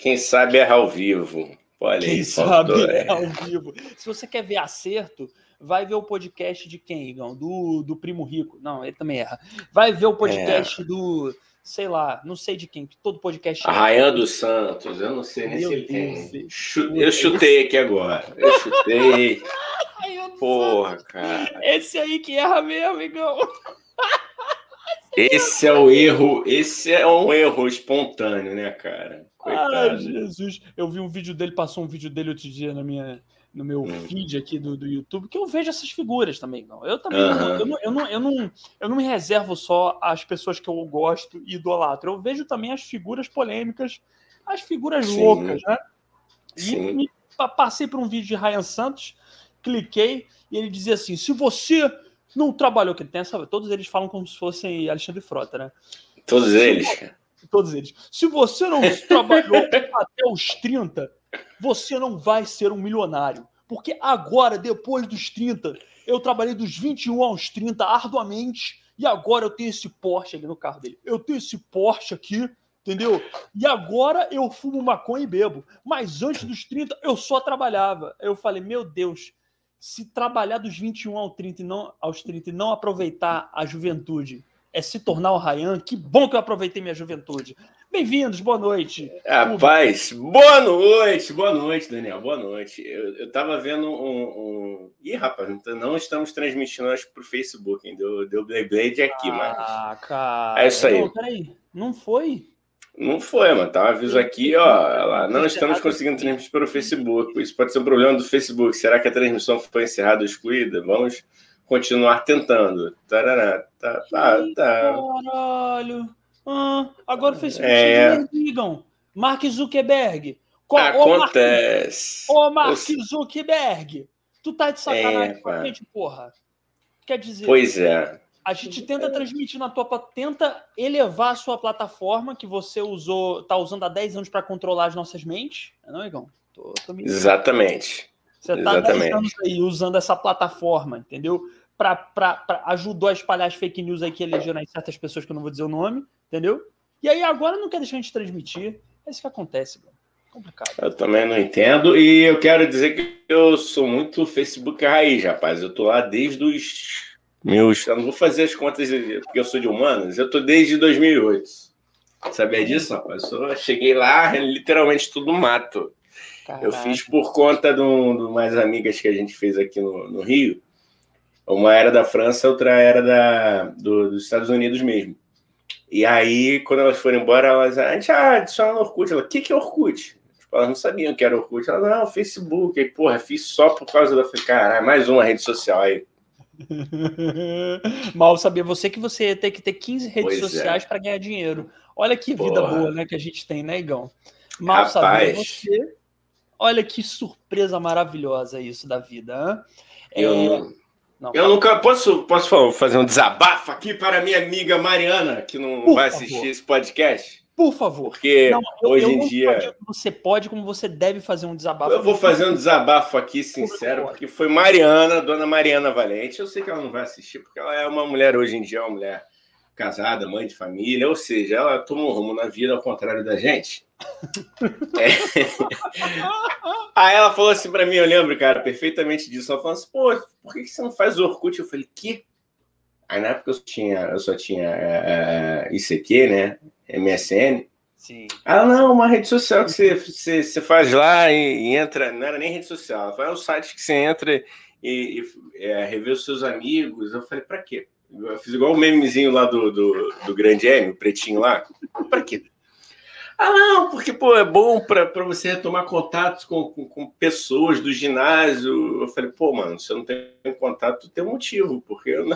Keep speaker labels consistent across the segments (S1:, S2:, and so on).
S1: Quem sabe erra ao vivo. Olha
S2: Quem
S1: aí,
S2: sabe
S1: faltou,
S2: é ao vivo. Se você quer ver acerto, vai ver o podcast de quem, Igão? Do Primo Rico. Não, ele também erra. Vai ver o podcast do, sei lá, não sei de quem, que todo podcast erra.
S1: Arraial dos Santos, eu não sei nem
S2: Meu
S1: se ele
S2: Deus.
S1: tem. Eu chutei aqui agora. Eu chutei. Porra, cara.
S2: Esse aí que erra mesmo, Igão.
S1: Esse é o erro, esse é um erro espontâneo, né, cara? Coitado.
S2: Ai, Jesus. Eu vi um vídeo dele, passou um vídeo dele outro dia no meu feed aqui do YouTube, que eu vejo essas figuras também. Não. Eu também eu não me reservo só às pessoas que eu gosto e idolatro. Eu vejo também as figuras polêmicas, as figuras loucas, né? E passei por um vídeo de Ryan Santos, cliquei e ele dizia assim: se você não trabalhou, que ele tem essa, todos eles falam como se fossem Alexandre Frota, né?
S1: Todos eles, cara.
S2: Todos eles. Se você não trabalhou até os 30, você não vai ser um milionário. Porque agora, depois dos 30, eu trabalhei dos 21 aos 30 arduamente e agora eu tenho esse Porsche ali no carro dele. Eu tenho esse Porsche aqui, entendeu? E agora eu fumo maconha e bebo. Mas antes dos 30, eu só trabalhava. Eu falei, meu Deus, se trabalhar dos 21 aos 30 e não aproveitar a juventude é se tornar o Ryan, que bom que eu aproveitei minha juventude. Bem-vindos, boa noite.
S1: Rapaz, boa noite, Daniel, boa noite. Eu tava vendo Ih, rapaz, não estamos transmitindo, acho que pro Facebook, hein? Deu Blade aqui, mas...
S2: cara.
S1: É isso aí.
S2: Não, peraí, não foi?
S1: Não foi, mano. Tá um aviso aqui, ó. Lá, não estamos conseguindo transmitir pelo Facebook. Isso pode ser um problema do Facebook. Será que a transmissão foi encerrada ou excluída? Vamos continuar tentando. Tarará, tá.
S2: Caralho. Agora o Facebook cheio de Digam. Mark Zuckerberg.
S1: Acontece.
S2: Ô, Mark Zuckerberg. Tu tá de sacanagem com a gente, porra. Quer dizer...
S1: Pois é.
S2: A gente tenta transmitir na tua... Tenta elevar a sua plataforma que você tá usando há 10 anos para controlar as nossas mentes. Não, Igão?
S1: Exatamente.
S2: Você tá há 10 anos aí usando essa plataforma, entendeu? Ajudou a espalhar as fake news aí que elegeram aí certas pessoas que eu não vou dizer o nome, entendeu? E aí agora não quer deixar a gente transmitir. É isso que acontece, mano. Complicado.
S1: Eu também não entendo. E eu quero dizer que eu sou muito Facebook raiz, rapaz. Eu tô lá desde os meus... Eu não vou fazer as contas porque eu sou de humanas. Eu tô desde 2008. Sabia disso, rapaz? Eu cheguei lá, literalmente tudo mato. Caraca. Eu fiz por conta de umas amigas que a gente fez aqui no Rio. Uma era da França, outra era dos Estados Unidos mesmo. E aí, quando elas foram embora, a gente adiciona no Orkut. Ela, o que é Orkut? Tipo, elas não sabiam que era Orkut. Ela, não, Facebook. Aí, porra, fiz só por causa da... Caralho, mais uma rede social aí.
S2: Mal sabia você que você ia ter que ter 15 redes sociais para ganhar dinheiro. Olha que vida boa, né, que a gente tem, né, Igão? Mal sabia você. Olha que surpresa maravilhosa isso da vida.
S1: Eu nunca posso fazer um desabafo aqui para a minha amiga Mariana, que não vai assistir esse podcast?
S2: Por favor.
S1: Porque hoje em dia...
S2: Você pode, como você deve fazer um desabafo.
S1: Eu vou fazer um desabafo aqui, sincero, porque foi Mariana, dona Mariana Valente. Eu sei que ela não vai assistir, porque ela é uma mulher, hoje em dia, uma mulher casada, mãe de família, ou seja, ela toma um rumo na vida ao contrário da gente. Aí ela falou assim pra mim, eu lembro, cara, perfeitamente disso. Ela falou assim, pô, por que você não faz o Orkut? Eu falei, que? Aí na época eu só tinha ICQ, né? MSN.
S2: Sim.
S1: Ela, não, uma rede social que você faz lá e entra, não era nem rede social, ela falou, é um site que você entra e revê os seus amigos. Eu falei, pra quê? Eu fiz igual o memezinho lá do Grande M, o pretinho lá. Pra quê? Não, porque, pô, é bom para você retomar contatos com pessoas do ginásio. Eu falei, pô, mano, se eu não tenho contato, tem um motivo. Porque eu não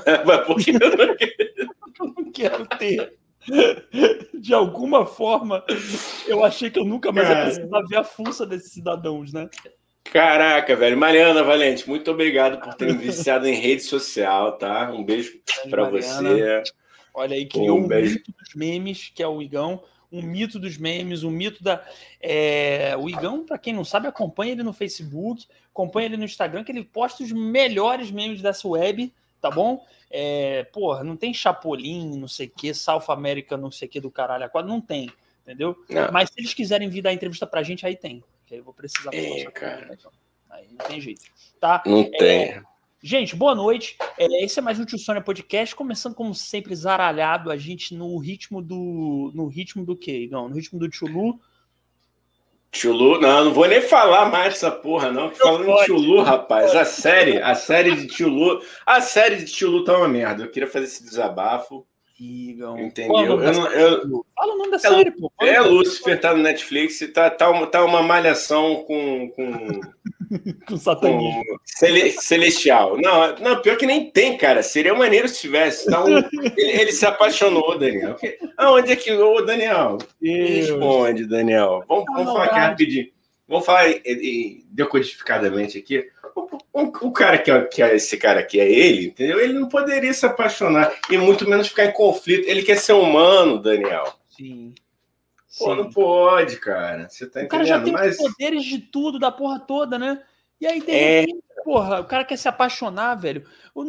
S2: quero ter. De alguma forma, eu achei que eu nunca mais ia precisar ver a fuça desses cidadãos, né?
S1: Caraca, velho. Mariana Valente, muito obrigado por ter me viciado em rede social, tá? Um beijo para você.
S2: Olha aí, criou um mito dos memes, que é o Igão. Um mito dos memes, um mito da... O Igão, para quem não sabe, acompanha ele no Facebook, acompanha ele no Instagram, que ele posta os melhores memes dessa web, tá bom? Porra, não tem Chapolin, não sei o que, South America, não sei o que do caralho, não tem. entendeu?
S1: Não.
S2: Mas se eles quiserem vir dar entrevista pra gente, aí tem. Que aí eu vou precisar.
S1: Cara.
S2: Aí não tem jeito. Tá?
S1: Não tem.
S2: Gente, boa noite. Esse é mais um Tio Sônia Podcast, começando como sempre zaralhado, a gente no ritmo do quê, Igão? No ritmo do Tchulu.
S1: Tchulu, não vou nem falar mais dessa porra, não. Falando em Tchulu, rapaz, a série de Tchulu tá uma merda. Eu queria fazer esse desabafo.
S2: Igão.
S1: Entendeu?
S2: Fala o nome da série, pô.
S1: Lúcifer, tá no Netflix, tá uma malhação com
S2: satanismo.
S1: Celestial. Não, pior que nem tem, cara. Seria maneiro se tivesse. Ele se apaixonou, Daniel. Aonde é que... Ô, Daniel, responde, Daniel. Vamos falar aqui rapidinho. Vamos falar decodificadamente aqui. O cara que é esse cara aqui é ele, entendeu? Ele não poderia se apaixonar e muito menos ficar em conflito. Ele quer ser humano, Daniel.
S2: Sim.
S1: Pô, não pode, cara. Você tá entendendo?
S2: O cara já tem os poderes de tudo, da porra toda, né? E aí, de repente, porra, o cara quer se apaixonar, velho.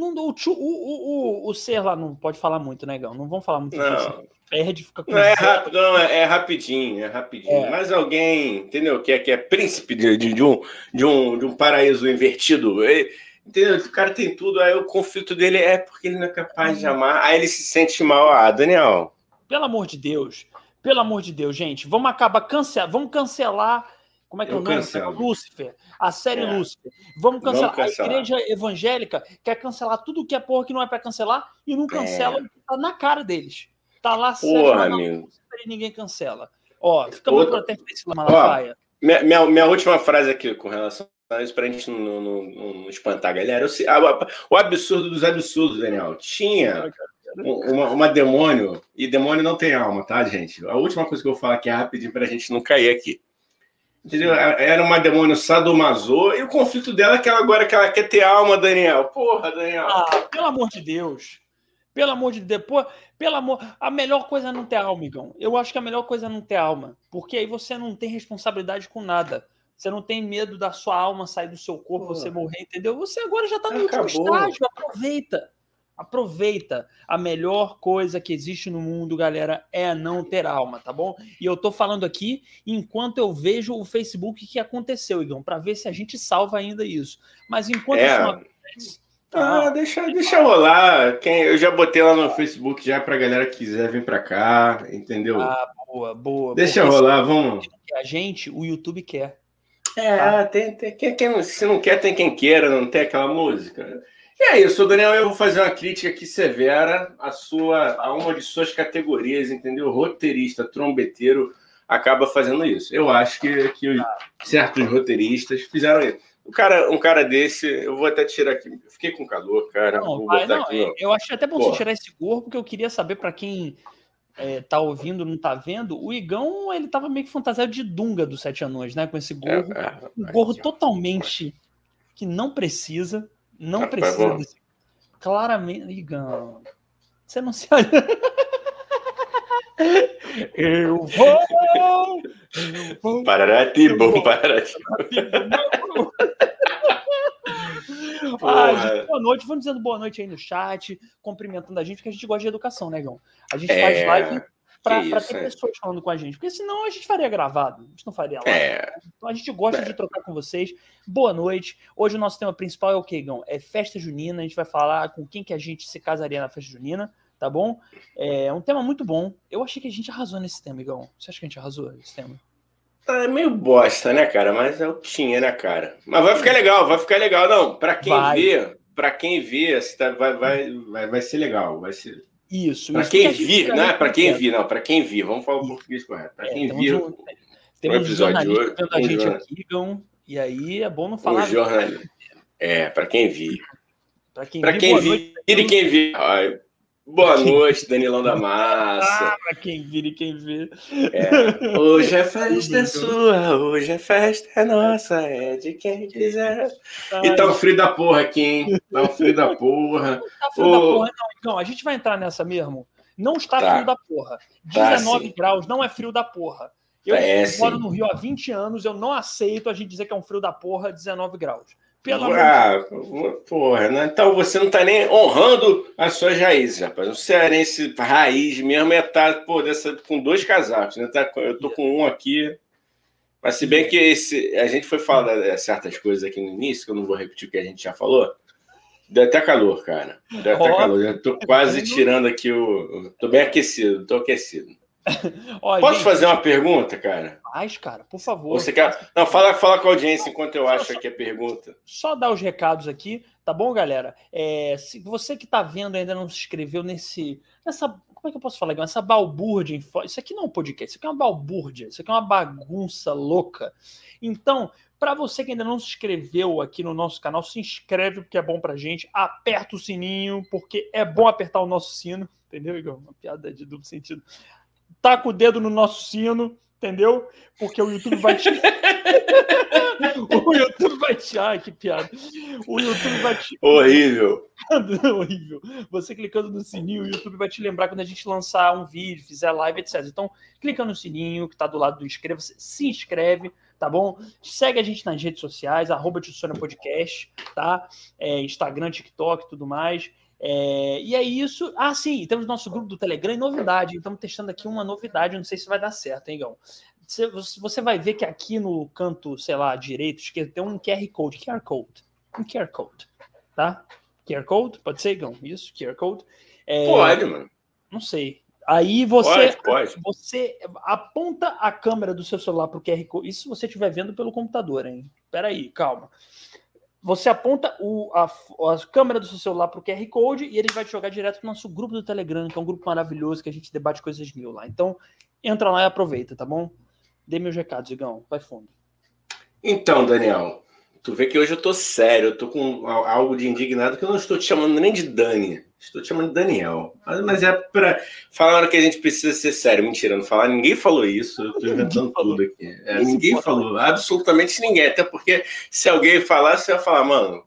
S2: O ser lá não pode falar muito, né, Gão? Não vamos falar muito.
S1: Não.
S2: Perde, fica com
S1: é rapidinho. Mas alguém, entendeu? Que é príncipe de um paraíso invertido. Entendeu? O cara tem tudo, aí o conflito dele é porque ele não é capaz de amar, aí ele se sente mal. Daniel.
S2: Pelo amor de Deus, gente, vamos cancelar. Como é que é o nome? Lúcifer, a série Lúcifer. Vamos cancelar. A igreja evangélica quer cancelar tudo que é porra que não é pra cancelar e não cancela, tá na cara deles. Tá lá,
S1: porra, amigo.
S2: E ninguém cancela. Ó, fica muito protesto desse Malafaia.
S1: Minha última frase aqui com relação a isso, pra gente não espantar a galera. O absurdo dos absurdos, Daniel. Tinha uma demônio, e demônio não tem alma, tá, gente? A última coisa que eu vou falar aqui é rapidinho pra gente não cair aqui. Entendeu? Era uma demônio sadomaso, e o conflito dela é que ela quer ter alma, Daniel. Porra, Daniel.
S2: Pelo amor de Deus. A melhor coisa é não ter alma, Igão. Eu acho que a melhor coisa é não ter alma. Porque aí você não tem responsabilidade com nada. Você não tem medo da sua alma sair do seu corpo, você morrer, entendeu? Você agora já tá no último estágio. Aproveita. A melhor coisa que existe no mundo, galera, é não ter alma, tá bom? E eu tô falando aqui enquanto eu vejo o Facebook que aconteceu, Igão, pra ver se a gente salva ainda isso. Mas enquanto isso não acontece...
S1: deixa rolar. Eu já botei lá no Facebook já pra galera que quiser vir pra cá, entendeu?
S2: Boa.
S1: Deixa rolar, vamos.
S2: A gente, o YouTube quer.
S1: Se não quer, tem quem queira, não tem aquela música. E é isso, Daniel, eu vou fazer uma crítica aqui severa a uma de suas categorias, entendeu? Roteirista, trombeteiro, acaba fazendo isso. Eu acho que certos roteiristas fizeram isso. Um cara desse, eu vou até tirar aqui. Eu fiquei com calor, cara.
S2: Eu achei até bom você tirar esse gorro, porque eu queria saber para quem tá ouvindo, não tá vendo. O Igão, ele tava meio que fantasiado de Dunga dos 7 Anões, né? Com esse gorro. Um gorro totalmente que não precisa. Não precisa desse. Claramente, Igão. Você não se olha. Eu vou.
S1: Paratibum.
S2: Gente, boa noite. Vamos dizendo boa noite aí no chat, cumprimentando a gente, porque a gente gosta de educação, né, Gão? A gente faz live pra ter pessoas falando com a gente, porque senão a gente faria gravado, a gente não faria live. Então a gente gosta de trocar com vocês. Boa noite. Hoje o nosso tema principal é o quê, Gão? É festa junina. A gente vai falar com quem que a gente se casaria na festa junina, tá bom? É um tema muito bom. Eu achei que a gente arrasou nesse tema, Igão. Você acha que a gente arrasou nesse tema?
S1: É meio bosta, né, cara? Mas é o que tinha, né, cara? Mas vai ficar legal. Não, pra quem vê, vai ser legal. Vai ser...
S2: Isso.
S1: Pra quem vir, né? Pra quem vir. Vamos falar o português correto. Pra quem vir.
S2: Temos um jornalista vendo a gente aqui, Gão. E aí é bom não falar.
S1: Pra quem vir.
S2: Pra quem vir
S1: e quem vir. Boa noite, Danilão da Massa.
S2: Pra quem vira e quem vê.
S1: Hoje a festa é sua, hoje a festa é nossa, é de quem quiser. E tá um frio da porra aqui, hein? Tá um frio da porra.
S2: Tá frio da porra, não. A gente vai entrar nessa mesmo. Não está frio da porra. 19 graus não é frio da porra. Eu moro no Rio há 20 anos, eu não aceito a gente dizer que é um frio da porra 19 graus.
S1: Porra, né? Então você não tá nem honrando as suas raízes, rapaz. Um cearense raiz mesmo com 2 casacos, né? Eu tô com um aqui. Mas se bem que a gente foi falar de certas coisas aqui no início, que eu não vou repetir o que a gente já falou, deu até calor, cara. Deu até calor. Já tô quase tirando aqui Tô bem aquecido, tô aquecido. Posso fazer uma pergunta, cara?
S2: Faz, cara, por favor.
S1: Você quer... Não, fala com a audiência enquanto eu acho aqui a pergunta.
S2: Só dar os recados aqui, tá bom, galera? Se você que tá vendo ainda não se inscreveu nessa... Como é que eu posso falar? Essa balbúrdia. Isso aqui não é um podcast, isso aqui é uma balbúrdia. Isso aqui é uma bagunça louca. Então, para você que ainda não se inscreveu aqui no nosso canal, se inscreve porque é bom pra gente. Aperta o sininho, porque é bom apertar o nosso sino. Entendeu, Igor? Uma piada de duplo sentido. Taca o dedo no nosso sino, entendeu? Porque o YouTube vai te... O YouTube vai te... Ai, que piada. O YouTube vai te...
S1: Horrível.
S2: Horrível. Você clicando no sininho, o YouTube vai te lembrar quando a gente lançar um vídeo, fizer live, etc. Então, clica no sininho que tá do lado do inscreva-se, se inscreve, tá bom? Segue a gente nas redes sociais, @TioSônia_podcast, tá? Instagram, TikTok, tudo mais. E é isso. Sim, temos nosso grupo do Telegram e novidade. Estamos testando aqui uma novidade, não sei se vai dar certo, hein, Gão? Você vai ver que aqui no canto, sei lá, direito, esquerdo, tem um QR Code. Um QR Code, tá? QR Code, pode ser, Gão? Isso, QR Code.
S1: Pode, mano.
S2: Não sei. Aí você aponta a câmera do seu celular para o QR Code. Isso se você estiver vendo pelo computador, hein? Peraí, calma. Você aponta a câmera do seu celular para o QR Code e ele vai te jogar direto para o nosso grupo do Telegram, que é um grupo maravilhoso que a gente debate coisas mil lá. Então, entra lá e aproveita, tá bom? Dê meus recados, Igão. Vai fundo.
S1: Então, Daniel, tu vê que hoje eu tô sério, eu tô com algo de indignado, que eu não estou te chamando nem de Dani, estou te chamando de Daniel. Mas é para falar que a gente precisa ser sério. Mentira, não falar, ninguém falou isso, eu tô inventando tudo aqui. Ninguém falou, absolutamente ninguém, até porque se alguém falar, você vai falar, mano,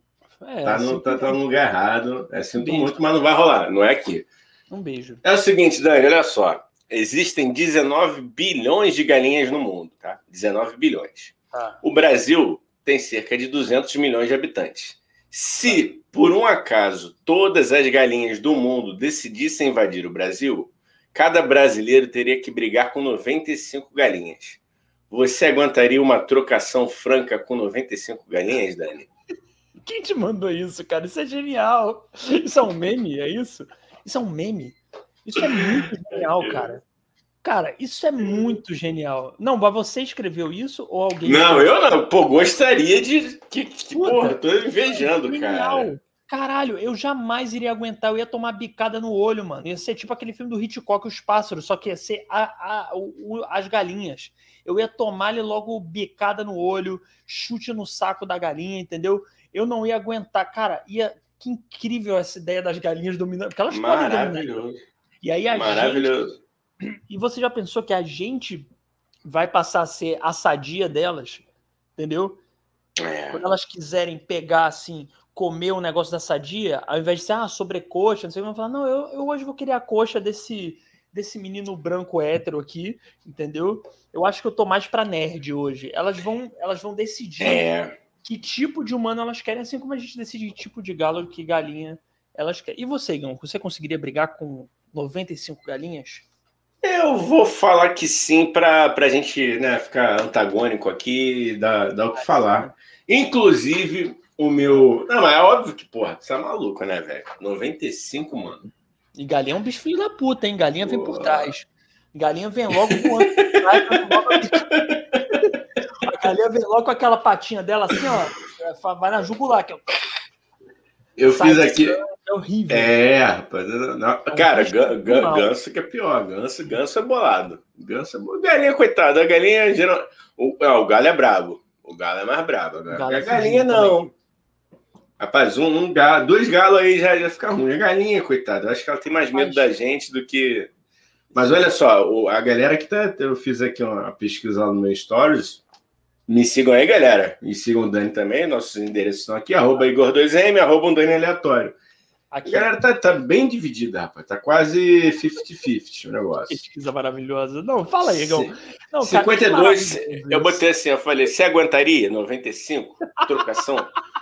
S1: tá no lugar errado, sinto muito, mas não vai rolar, não é aqui.
S2: Um beijo.
S1: É o seguinte, Dani, olha só, existem 19 bilhões de galinhas no mundo, tá? 19 bilhões. O Brasil tem cerca de 200 milhões de habitantes. Se, por um acaso, todas as galinhas do mundo decidissem invadir o Brasil, cada brasileiro teria que brigar com 95 galinhas. Você aguentaria uma trocação franca com 95 galinhas, Dani?
S2: Quem te mandou isso, cara? Isso é genial. Isso é um meme, é isso? Isso é um meme? Isso é muito genial, cara. Cara, isso é muito genial. Não, mas você escreveu isso ou alguém...
S1: Não, eu não. Pô, gostaria de... Porra, tô invejando, cara.
S2: Caralho, eu jamais iria aguentar. Eu ia tomar bicada no olho, mano. Ia ser tipo aquele filme do Hitchcock, Os Pássaros, só que ia ser as galinhas. Eu ia tomar-lhe logo bicada no olho, chute no saco da galinha, entendeu? Eu não ia aguentar. Cara, Que incrível essa ideia das galinhas dominando. Porque elas podem dominar.
S1: Maravilhoso.
S2: E aí
S1: Maravilhoso.
S2: E você já pensou que a gente vai passar a ser a sadia delas? Entendeu? Quando elas quiserem pegar, assim, comer um negócio da sadia, ao invés de ser, sobrecoxa, não sei, vão falar, não, eu hoje vou querer a coxa desse menino branco hétero aqui, entendeu? Eu acho que eu tô mais pra nerd hoje. Elas vão decidir que tipo de humano elas querem, assim como a gente decide que tipo de galo, que galinha elas querem. E você, Igão, você conseguiria brigar com 95 galinhas?
S1: Eu vou falar que sim, pra gente, né, ficar antagônico aqui e dar o que falar. Inclusive, o meu... Não, mas é óbvio que, porra, você é maluco, né, velho? 95, mano.
S2: E galinha é um bicho filho da puta, hein? Galinha vem por trás. Galinha vem logo voando por trás. A galinha vem logo com aquela patinha dela assim, ó. Vai na jugular aqui, ó.
S1: Eu fiz aqui...
S2: É horrível.
S1: Rapaz. Cara, ganso que é pior. Ganso é bolado. Galinha, coitada. A galinha... O galho é brabo. O galo é mais brabo. A galinha não. Rapaz, dois galos aí já fica ruim. A galinha, coitada. Eu acho que ela tem mais medo da gente do que... Mas olha só, a galera que tá... Eu fiz aqui uma pesquisa lá no meu Stories. Me sigam aí, galera. Me sigam o Dani também. Nossos endereços estão aqui. @Igor2M, @um Dani aleatório. Aqui. A galera tá bem dividida, rapaz. Tá quase 50-50 o negócio.
S2: Pesquisa maravilhosa. Não, fala aí, Igor.
S1: 52, eu botei assim, eu falei, você aguentaria 95? Trocação?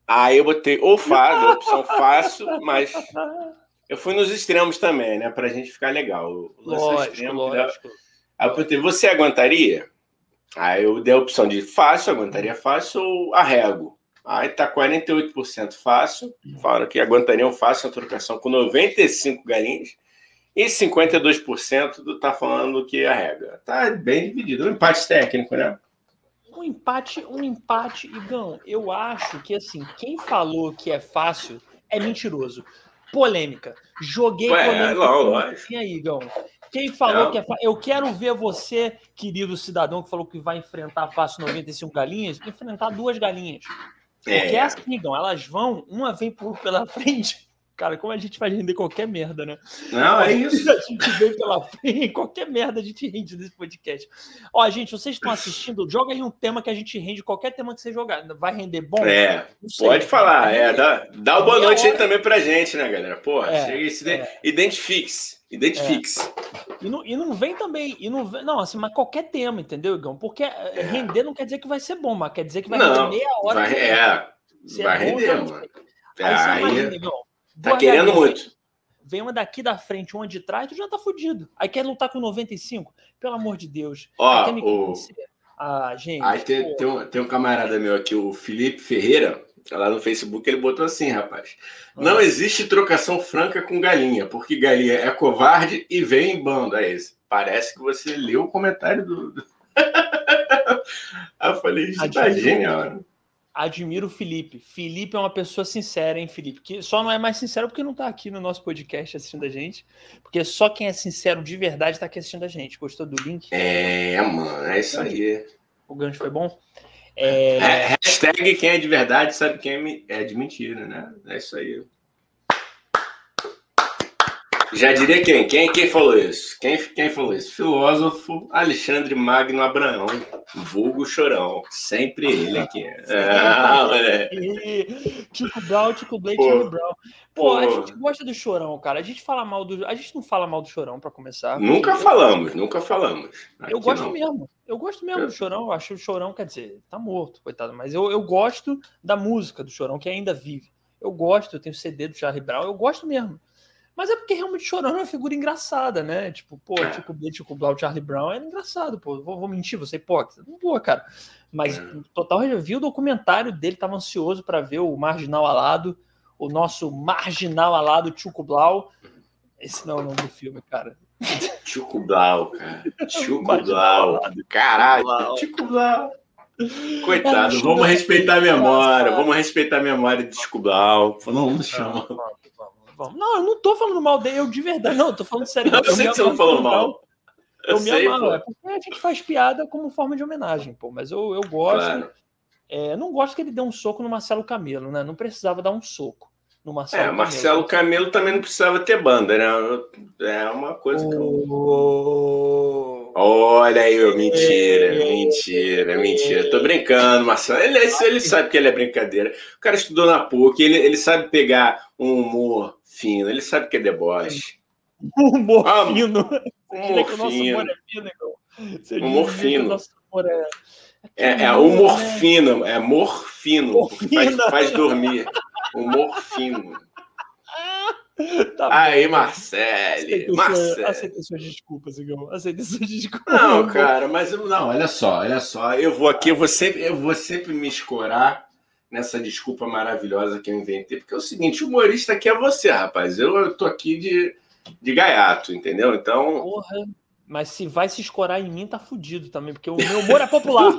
S1: Aí eu botei a opção fácil, mas eu fui nos extremos também, né? Pra gente ficar legal. O lance
S2: Lógico,
S1: extremo.
S2: lógico.
S1: Aí eu botei, você aguentaria? Aí eu dei a opção de fácil, aguentaria fácil ou arrego. Aí tá 48% fácil. Falaram que aguentariam fácil a trocação com 95 galinhas. E 52% tá falando que arrega. Tá bem dividido. Um empate técnico, né?
S2: Um empate, Igão. Eu acho que, assim, quem falou que é fácil é mentiroso. Polêmica. Joguei polêmica.
S1: Lógico.
S2: E aí, Igão? Quem falou que é fácil? Eu quero ver você, querido cidadão, que falou que vai enfrentar fácil 95 galinhas, enfrentar 2 galinhas. Porque é assim, Igão, elas vão, uma vem pela frente. Cara, como a gente vai render qualquer merda, né?
S1: Não, é isso.
S2: A gente vem pela frente, qualquer merda a gente rende nesse podcast. Ó, gente, vocês estão assistindo, joga aí um tema que a gente rende, qualquer tema que você jogar. Vai render bom?
S1: Pode falar. Dá uma boa noite aí também pra gente, né, galera? Porra, identifique-se.
S2: E não vem também, não, assim, mas qualquer tema, entendeu, Igão? Porque render não quer dizer que vai ser bom, mas quer dizer que vai render meia hora.
S1: Vai render, mano.
S2: Aí você imagina, Igão.
S1: Tá querendo muito.
S2: Vem uma daqui da frente, uma de trás, tu já tá fudido. Aí quer lutar com 95? Pelo amor de Deus. Gente.
S1: Aí tem um camarada meu aqui, o Felipe Ferreira, lá no Facebook, ele botou assim, rapaz. Não existe trocação franca com galinha, porque galinha é covarde e vem em bando. É isso. Parece que você leu o comentário do... Aí eu falei, isso tá genial.
S2: Admiro o Felipe. Felipe é uma pessoa sincera, hein, Felipe? Que só não é mais sincero porque não tá aqui no nosso podcast assistindo a gente. Porque só quem é sincero de verdade tá aqui assistindo a gente. Gostou do link?
S1: Mano, é isso aí.
S2: O gancho foi bom?
S1: Hashtag quem é de verdade sabe quem é de mentira, né? É isso aí. Já diria quem? Quem falou isso? Quem falou isso? Filósofo Alexandre Magno Abraão, vulgo Chorão. Sempre ele aqui.
S2: Tico Brown, Tico Blade, Charlie Brown. Pô, a gente gosta do Chorão, cara. A gente não fala mal do Chorão, pra começar.
S1: Nunca falamos.
S2: Eu gosto mesmo. Eu gosto mesmo do Chorão. Eu acho o Chorão, quer dizer, tá morto, coitado. Mas eu gosto da música do Chorão, que ainda vive. Eu tenho CD do Charlie Brown, eu gosto mesmo. Mas é porque realmente Chorão é uma figura engraçada, né? Tipo, Tico Blade, Tico Brown, Charlie Brown é engraçado, pô. Vou mentir, você é hipócrita. Não vou, cara. Mas total, eu vi o documentário dele, tava ansioso para ver o Marginal Alado, o nosso Marginal Alado Tico Blau. Esse não é o nome do filme, cara.
S1: Tico Blau, cara. Tico Blau. Caralho, Tico Blau. Coitado, vamos respeitar a memória de Tico Blau. Não chama.
S2: Não, eu não tô falando mal dele, eu de verdade. Não, eu tô falando sério.
S1: Eu sei que você não falou mal.
S2: Eu me amarro, é porque a gente faz piada como forma de homenagem, pô. Mas eu gosto. Claro. Não gosto que ele dê um soco no Marcelo Camelo, né? Não precisava dar um soco no Marcelo Camelo.
S1: Marcelo Camelo também não precisava ter banda, né? É uma coisa que eu... Olha aí, mentira. Tô brincando, Marcelo. Ele sabe que ele é brincadeira. O cara estudou na PUC, ele sabe pegar um humor fino, ele sabe que é deboche.
S2: Humor fino.
S1: Humor fino. Humor fino. É morfino. Faz dormir. Humor fino. Tá aí, Marcelo.
S2: Aceita suas desculpas, Igão. Aceita suas desculpas.
S1: Não, cara, mas não, olha só. Eu vou sempre me escorar nessa desculpa maravilhosa que eu inventei, porque é o seguinte, o humorista aqui é você, rapaz. Eu tô aqui de gaiato, entendeu? Então.
S2: Porra, mas se vai se escorar em mim, tá fudido também, porque o meu humor é popular.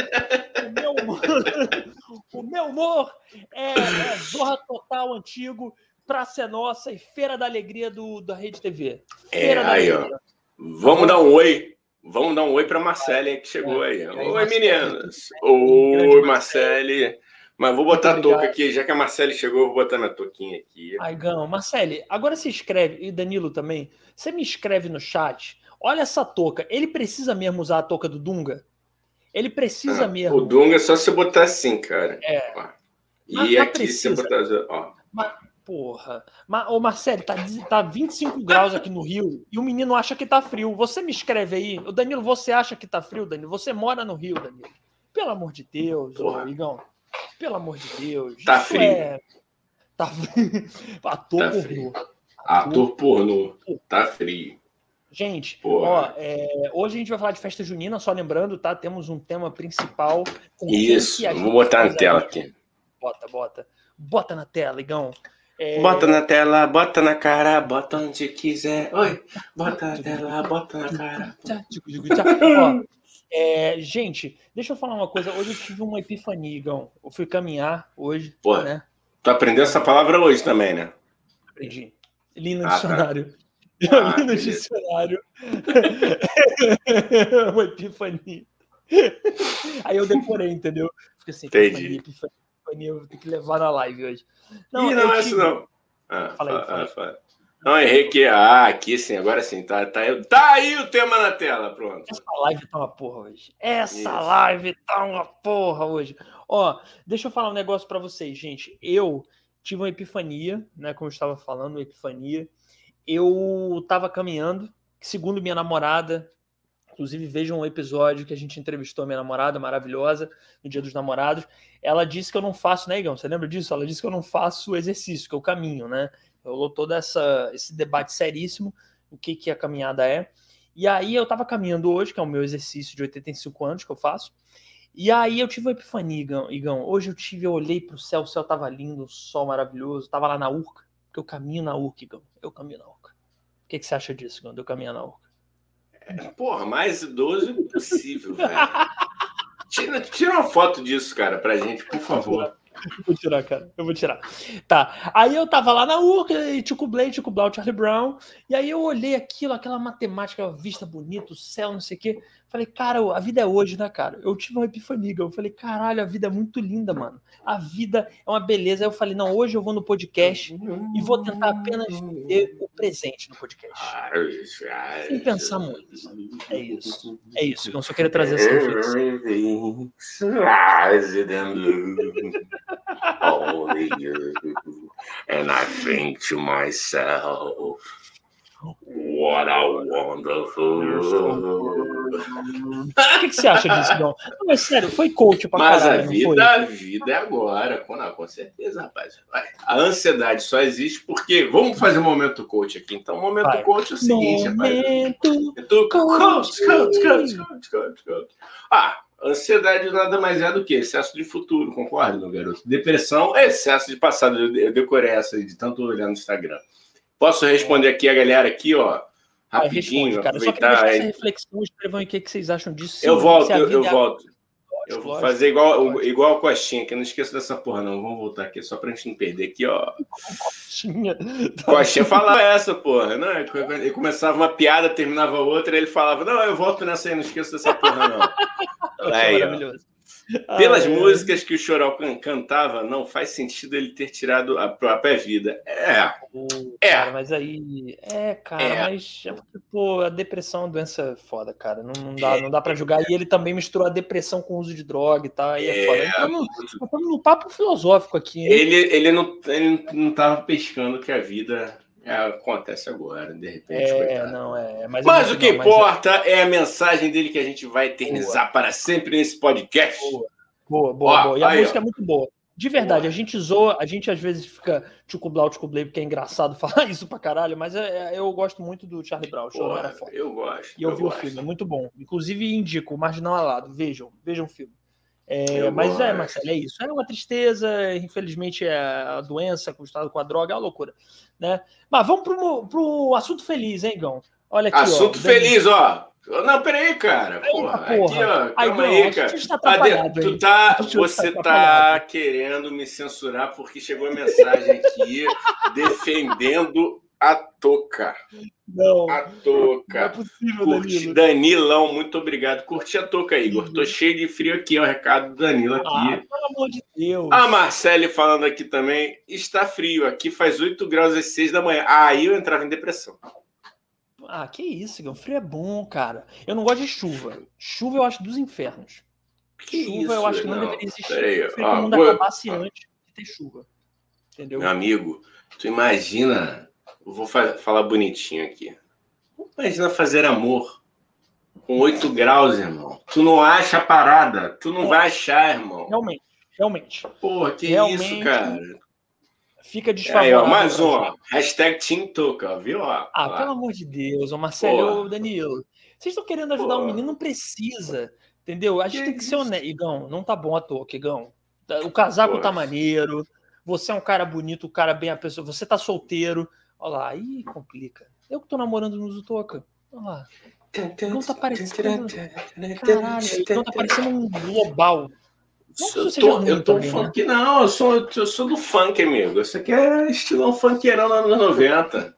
S2: O meu humor é Zorra Total antigo, Praça é Nossa e Feira da Alegria da Rede TV. Feira da Alegria.
S1: Ó. Vamos dar um oi. Vamos dar um oi pra Marcele que chegou aí. Oi, meninas. Oi, Marcele. Mas vou botar a touca aqui. Já que a Marcele chegou, eu vou botar minha touquinha aqui.
S2: Ai, Gão. Marcele, agora se escreve, e Danilo também, você me escreve no chat. Olha essa touca. Ele precisa mesmo usar a touca do Dunga? Ele precisa mesmo.
S1: O Dunga é só você botar assim, cara. E aqui
S2: precisa.
S1: você botar... Ó.
S2: Porra. Ô, Marcelo, tá 25 graus aqui no Rio e o menino acha que tá frio. Você me escreve aí. O Danilo, você acha que tá frio, Danilo? Você mora no Rio, Danilo. Pelo amor de Deus, ô, Igão. Pelo amor de Deus.
S1: Tá
S2: isso
S1: frio.
S2: Tá ator
S1: Tá
S2: pornô.
S1: frio. Ator pornô. Tá frio.
S2: Gente,
S1: Porra.
S2: hoje a gente vai falar de festa junina, só lembrando, tá? Temos um tema principal. Com
S1: Isso,
S2: quem que a gente
S1: vou botar na tela
S2: gostaria.
S1: aqui.
S2: Bota na tela, Igão.
S1: Bota na tela, bota na cara, bota onde quiser. Oi, bota na tela, bota na cara.
S2: Ó, gente, deixa eu falar uma coisa. Hoje eu tive uma epifania, Igão. Eu fui caminhar hoje,
S1: Pô,
S2: né?
S1: tu aprendeu essa palavra hoje também, né?
S2: Aprendi. Li no
S1: Tá.
S2: dicionário. Eu li no
S1: beleza.
S2: dicionário. Uma epifania. Aí eu decorei, entendeu? Fiquei assim,
S1: Entendi.
S2: epifania, eu vou ter que levar na live hoje.
S1: Não, não é isso não.
S2: Fala aí.
S1: Não, errei aqui. Aqui sim, agora sim. Tá aí o tema na tela, pronto.
S2: Essa live tá uma porra hoje. Ó, deixa eu falar um negócio pra vocês, gente. Eu tive uma epifania, né? Como eu estava falando, uma epifania. Eu tava caminhando, segundo minha namorada, inclusive vejam um episódio que a gente entrevistou a minha namorada maravilhosa no Dia dos Namorados. Ela disse que eu não faço, né, Igão? Você lembra disso? Ela disse que eu não faço exercício, que eu caminho, né? Rolou todo esse debate seríssimo, o que a caminhada é. E aí eu tava caminhando hoje, que é o meu exercício de 85 anos que eu faço. E aí eu tive uma epifania, Igão. Hoje eu olhei pro céu, o céu tava lindo, o sol maravilhoso, tava lá na Urca, porque eu caminho na Urca, Igão. Eu caminho na Urca. O que você acha disso, Igão? Eu caminho na Urca.
S1: Porra, mais idoso impossível, velho. Tira uma foto disso, cara, pra gente, por favor.
S2: Eu vou tirar, cara. Eu vou tirar. Tá. Aí eu tava lá na Urca, e Tico Blau, Charlie Brown. E aí eu olhei aquela matemática, vista bonita, o céu, não sei o quê. Falei, cara, a vida é hoje, né, cara? Eu tive uma epifania. Eu falei, caralho, a vida é muito linda, mano. A vida é uma beleza. Aí eu falei, não, hoje eu vou no podcast e vou tentar apenas viver o presente no podcast. Sem pensar muito. É isso. É isso. Eu só queria trazer essa reflexão.
S1: Only you. And I think to myself, what a wonderful.
S2: O que você acha disso, não? Não, mas sério, foi coach pra
S1: Mas
S2: caralho,
S1: a vida é agora. Não, com certeza, rapaz. A ansiedade só existe porque... Vamos fazer um momento coach aqui. Então, o momento coach é o seguinte, rapaz. Coach. Ansiedade nada mais é do que excesso de futuro, concorda, meu garoto? Depressão é excesso de passado. Eu decorei essa de tanto olhar no Instagram. Posso responder aqui a galera aqui, ó, rapidinho,
S2: responde, cara.
S1: aproveitar.
S2: Eu só queria deixar essa reflexão, escrevam aí o que vocês acham disso.
S1: Eu volto.
S2: Eu
S1: vou fazer igual a Costinha, que eu não esqueço dessa porra, não. Vamos voltar aqui, só pra gente não perder aqui, ó. Costinha falava essa, porra. Não, ele começava uma piada, terminava outra, ele falava, não, eu volto nessa aí, não esqueço dessa porra, não. Aí, maravilhoso. Pelas músicas que o Chorão cantava, não faz sentido ele ter tirado a própria vida.
S2: Cara, mas aí... mas... Pô, a depressão é uma doença foda, cara. Não dá pra julgar. E ele também misturou a depressão com o uso de droga e tal. Aí é foda. Estamos no papo filosófico aqui, hein?
S1: Ele não tava pescando que a vida... acontece agora, de repente. Mas o que importa é a mensagem dele que a gente vai eternizar para sempre nesse podcast.
S2: Boa. E a música é muito boa. De verdade, a gente às vezes fica Tico Blau, porque é engraçado falar isso pra caralho, mas eu gosto muito do Charlie Brown. O era foda.
S1: Eu gosto.
S2: E eu vi o filme, é muito bom. Inclusive, indico o Marginal Alado. Vejam o filme. Marcelo, é isso. É uma tristeza, infelizmente a doença acostumada com a droga é uma loucura, né? Mas vamos pro assunto feliz, hein, Gão? Olha aqui,
S1: assunto feliz, ó. Não, peraí, cara. Porra. Aqui, ó. Calma aí, cara. Você tá querendo me censurar porque chegou a mensagem aqui defendendo a touca.
S2: Não.
S1: A touca.
S2: Não é possível,
S1: Danilão, muito obrigado. Curti a touca, Igor. Tô cheio de frio aqui, ó. O recado do Danilo aqui.
S2: Pelo amor de Deus.
S1: A Marcele falando aqui também. Está frio. Aqui faz 8 graus às 6 da manhã. Aí eu entrava em depressão.
S2: Que isso, Igor. Frio é bom, cara. Eu não gosto de chuva. Chuva eu acho dos infernos. Chuva eu acho que não deveria existir. Eu que o mundo acabasse antes de ter chuva. Entendeu?
S1: Meu amigo, tu imagina... Eu vou falar bonitinho aqui. Imagina fazer amor com 8 graus, irmão. Tu não acha a parada. Tu não vai achar, irmão.
S2: Realmente. Realmente.
S1: Porra, que
S2: Realmente,
S1: isso, cara.
S2: Fica
S1: Aí,
S2: desfavorável.
S1: ó, mais um, ó. Hashtag Team Touca, ó, viu? Ó,
S2: Ah,
S1: lá.
S2: pelo amor de Deus, ô Marcelo, ô
S1: Pô,
S2: Danilo. Vocês estão querendo ajudar o
S1: pô.
S2: menino, não precisa. Entendeu? A
S1: Que
S2: gente tem que ser
S1: isso?
S2: honesto. Igão, não tá bom à toa, Igão. O casaco tá
S1: Porra.
S2: maneiro. Você é um cara bonito, um cara bem a pessoa. Você tá solteiro. Olha lá, aí complica. Eu que tô namorando no Zutoca. Olha lá. O Igão tá parecendo. Caralho, o Igão tá parecendo um global. Não que isso seja ruim
S1: Eu tô
S2: também, né?
S1: funk, não, eu sou do funk, amigo. Isso aqui é estilão funkeirão nos anos 90.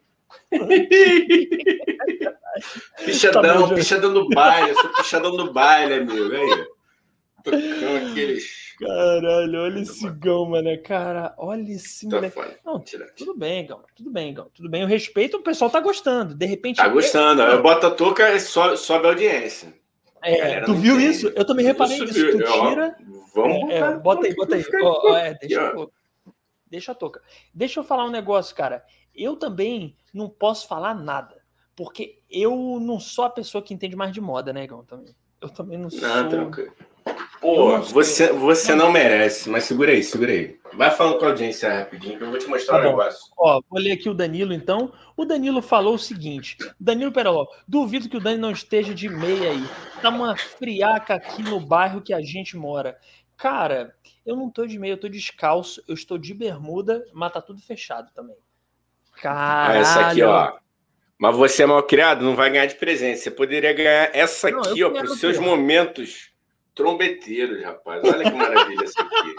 S2: Tá bom,
S1: Pichadão,
S2: Jorge.
S1: pichadão do baile, eu sou pichadão do baile, amigo. Aí, tocando aqueles.
S2: Caralho, olha esse Gão, mano. Cara, olha esse
S1: Tô
S2: moleque.
S1: fone.
S2: Não, tudo bem, Gão. Tudo bem, Gão. Tudo bem. Eu respeito, o pessoal tá gostando. De repente.
S1: Tá gostando? Eu boto a touca e sobe a audiência.
S2: Tu viu
S1: entende.
S2: isso? Eu também reparei nisso. Tu tira.
S1: Vamos botar.
S2: Bota aí.
S1: Aqui,
S2: Deixa a touca. Deixa eu falar um negócio, cara. Eu também não posso falar nada. Porque eu não sou a pessoa que entende mais de moda, né, Gão? Eu também não sou.
S1: Não, tranquilo. Pô, você não merece, mas segura aí. Vai falando com a audiência rapidinho que eu vou te mostrar um negócio.
S2: Ó, vou ler aqui o Danilo, então. O Danilo falou o seguinte. Danilo Peroló, duvido que o Dani não esteja de meia aí. Tá uma friaca aqui no bairro que a gente mora. Cara, eu não tô de meia, eu tô descalço, eu estou de bermuda, mas tá tudo fechado também. Caralho.
S1: Essa aqui, ó. Mas você é mal criado, não vai ganhar de presente. Você poderia ganhar essa aqui, ó, para os seus momentos trombeteiros, rapaz. Olha que maravilha essa aqui.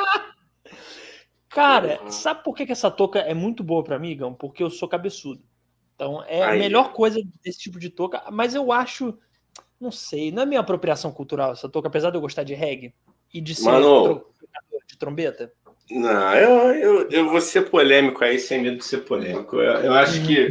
S2: Cara, sabe por que essa touca é muito boa pra mim, Gão? Porque eu sou cabeçudo. Então, é a melhor coisa desse tipo de touca. Mas eu acho, não sei, não é minha apropriação cultural essa touca, apesar de eu gostar de reggae e de ser de trombeta.
S1: Não, eu vou ser polêmico aí, sem medo de ser polêmico. Eu acho que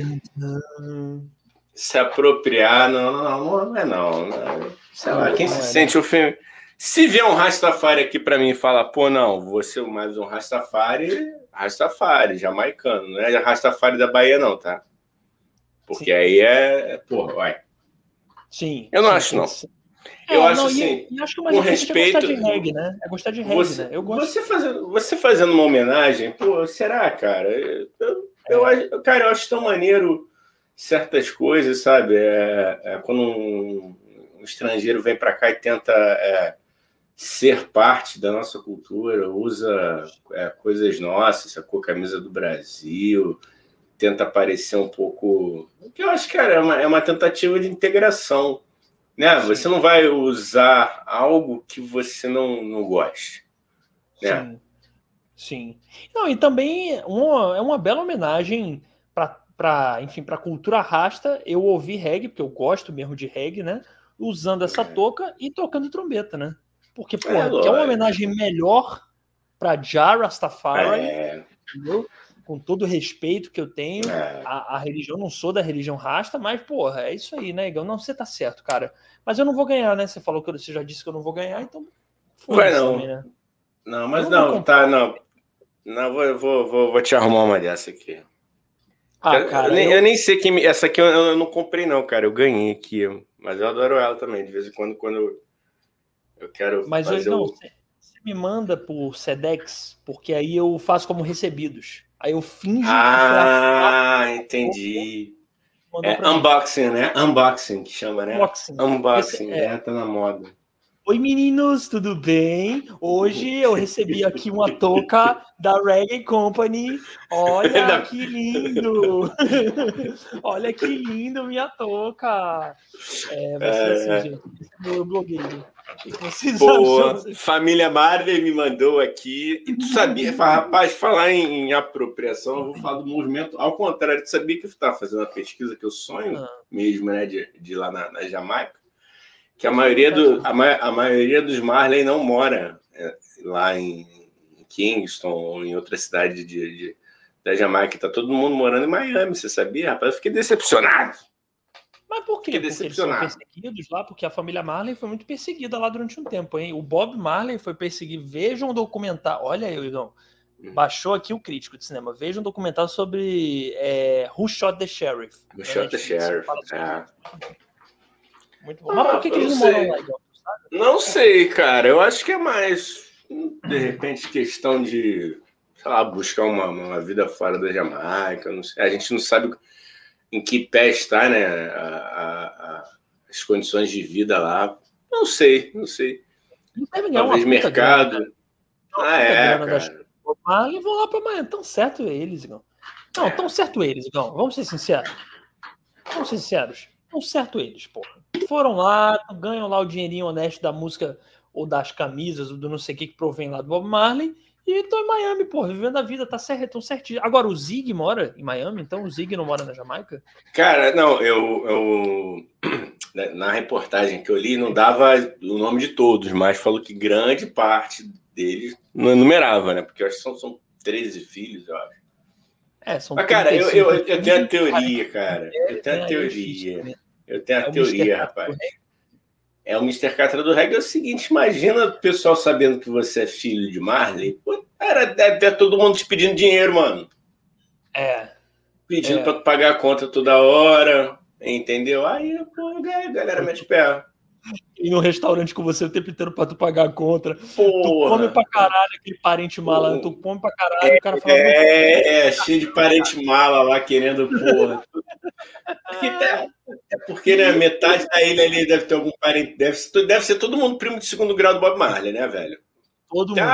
S1: se apropriar, não é não. Sei lá, quem se sente ofendido. Se vier um Rastafari aqui pra mim e falar, pô, não, você é mais um Rastafari, jamaicano, não é Rastafari da Bahia não, tá? Porque aí porra, vai.
S2: Sim.
S1: Eu não acho, não. Eu acho assim,
S2: e acho que
S1: com respeito...
S2: É gostar de reggae, né? É gostar de reggae, né? Eu gosto.
S1: Você fazendo uma homenagem, pô, será, cara? Eu acho tão maneiro certas coisas, sabe? Quando um estrangeiro vem pra cá e tenta ser parte da nossa cultura, usa coisas nossas, sacou? Camisa do Brasil, tenta parecer um pouco... que eu acho, cara, é uma tentativa de integração, né?
S2: Sim.
S1: Você não vai usar algo que você não goste, né?
S2: Sim. Não, e também é uma bela homenagem para a cultura rasta. Eu ouvi reggae, porque eu gosto mesmo de reggae, né? Usando essa touca e tocando trombeta, né? Porque, porra, que é uma homenagem melhor para Jah Rastafari, entendeu? Com todo o respeito que eu tenho, a religião, não sou da religião rasta, mas, porra, é isso aí, né, Igor? Não, você tá certo, cara. Mas eu não vou ganhar, né? Você falou que você já disse que eu não vou ganhar, então.
S1: Vai não.
S2: Também, né?
S1: Não, mas não, tá, não. Não, eu vou te arrumar uma dessa aqui.
S2: Cara,
S1: eu nem sei que essa aqui eu não comprei, não, cara. Eu ganhei aqui, mas eu adoro ela também. De vez em quando eu quero
S2: mas
S1: fazer
S2: você me manda por Sedex, porque aí eu faço como recebidos. Aí eu finjo que foi
S1: entendi. Unboxing, né? Unboxing que chama, né? Unboxing, tá na moda.
S2: Oi, meninos, tudo bem? Hoje eu recebi aqui uma touca da Reggae Company. Olha que lindo! Olha que lindo minha touca! Assim, gente. Esse é meu blogueiro.
S1: Família Marley me mandou aqui. E tu sabia, rapaz, falar em apropriação, eu vou falar do movimento. Ao contrário, tu sabia que eu estava fazendo uma pesquisa que eu sonho mesmo, né, de ir lá na Jamaica? Que a maioria dos Marley não mora lá em Kingston ou em outra cidade da Jamaica. Tá todo mundo morando em Miami, você sabia, rapaz? Eu fiquei decepcionado.
S2: Mas por quê? Porque eles são perseguidos lá? Porque a família Marley foi muito perseguida lá durante um tempo, hein? O Bob Marley foi perseguido. Vejam um documentário. Olha aí, Igão. Baixou aqui o crítico de cinema. Veja um documentário sobre Who Shot the Sheriff.
S1: Who Shot the Sheriff,
S2: Muito bom. Mas por que eles não moram lá, Igão?
S1: Não sei, cara. Eu acho que é mais... de repente, questão de, sei lá, buscar uma vida fora da Jamaica. Não sei. A gente não sabe em que pé está, né? As condições de vida lá. Não sei.
S2: Não deve ganhar
S1: Talvez
S2: uma puta
S1: mercado.
S2: grana, né?
S1: Grana
S2: Das Marley, vão lá para Miami. Tão certo eles, Igão. Não, tão certo eles, Igão. Vamos ser sinceros. Tão certo eles, porra. Foram lá, ganham lá o dinheirinho honesto da música ou das camisas, ou do não sei o que provém lá do Bob Marley, e estão em Miami, porra, vivendo a vida, tá certo, tão certinho. Agora, o Zig mora em Miami, então o Zig não mora na Jamaica?
S1: Cara, não, eu na reportagem que eu li, não dava o nome de todos, mas falou que grande parte deles não enumerava, né? Porque eu acho que são 13 filhos, eu acho.
S2: São
S1: Mas, cara, eu tenho a teoria, cara. Eu tenho a teoria, rapaz. O Mr. Catra do Reggae é o seguinte: imagina o pessoal sabendo que você é filho de Marley. Pô, cara, deve ter todo mundo te pedindo dinheiro, mano. Pedindo pra tu pagar a conta toda hora, entendeu? Aí, pô, a galera mete o pé.
S2: Ir num restaurante com você o tempo inteiro pra tu pagar a conta.
S1: Porra.
S2: Tu come pra caralho aquele parente mala, tu come pra caralho, o cara fala...
S1: cheio de parente mala lá querendo, porra. Porque, né, metade da ilha ali deve ter algum parente, deve ser todo mundo primo de segundo grau do Bob Marley, né, velho?
S2: Todo mundo.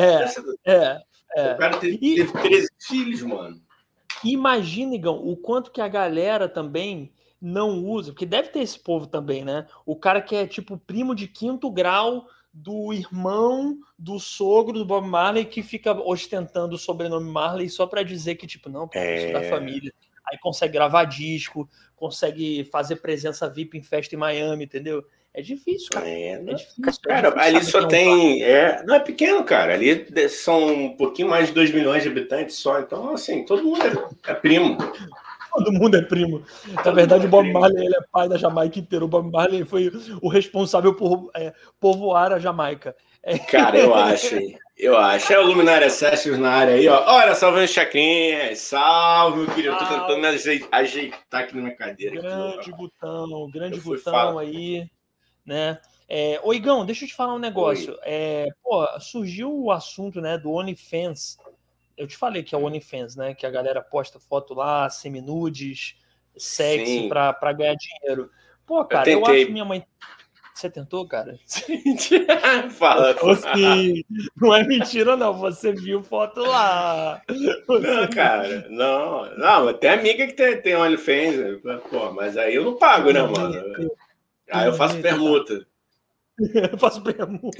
S1: O cara teve 13 filhos, mano.
S2: Imagina, Igão, o quanto que a galera também não usa, porque deve ter esse povo também, né? O cara que é tipo primo de 5º grau do irmão do sogro do Bob Marley, que fica ostentando o sobrenome Marley só pra dizer que, tipo, não, isso da família. Aí consegue gravar disco, consegue fazer presença VIP em festa em Miami, entendeu? É difícil, cara.
S1: Difícil. Cara, ali só tem... não é pequeno, cara. Ali são um pouquinho mais de 2 milhões de habitantes só. Então, assim, todo mundo é primo.
S2: Todo mundo é primo. Na verdade, o Bob Marley ele é pai da Jamaica inteira. O Bob Marley foi o responsável por povoar a Jamaica.
S1: Cara, eu acho, hein? É o Luminária Sessions na área aí, ó. Olha, salve Chacrinha. Salve, meu querido. Eu tô tentando me ajeitar aqui na minha cadeira.
S2: Grande Gutão aí, né? Ô, Igão, deixa eu te falar um negócio. Surgiu o assunto, né, do OnlyFans. Eu te falei que é o OnlyFans, né? Que a galera posta foto lá, seminudes, sexy pra ganhar dinheiro. Pô, cara, eu acho que minha mãe... Você tentou, cara?
S1: Fala.
S2: Assim, não é mentira, não. Você viu foto lá.
S1: Não, cara. Não, tem amiga que tem OnlyFans. Pô, mas aí eu não pago, né, mano? Aí eu faço permuta.
S2: Eu faço permuta.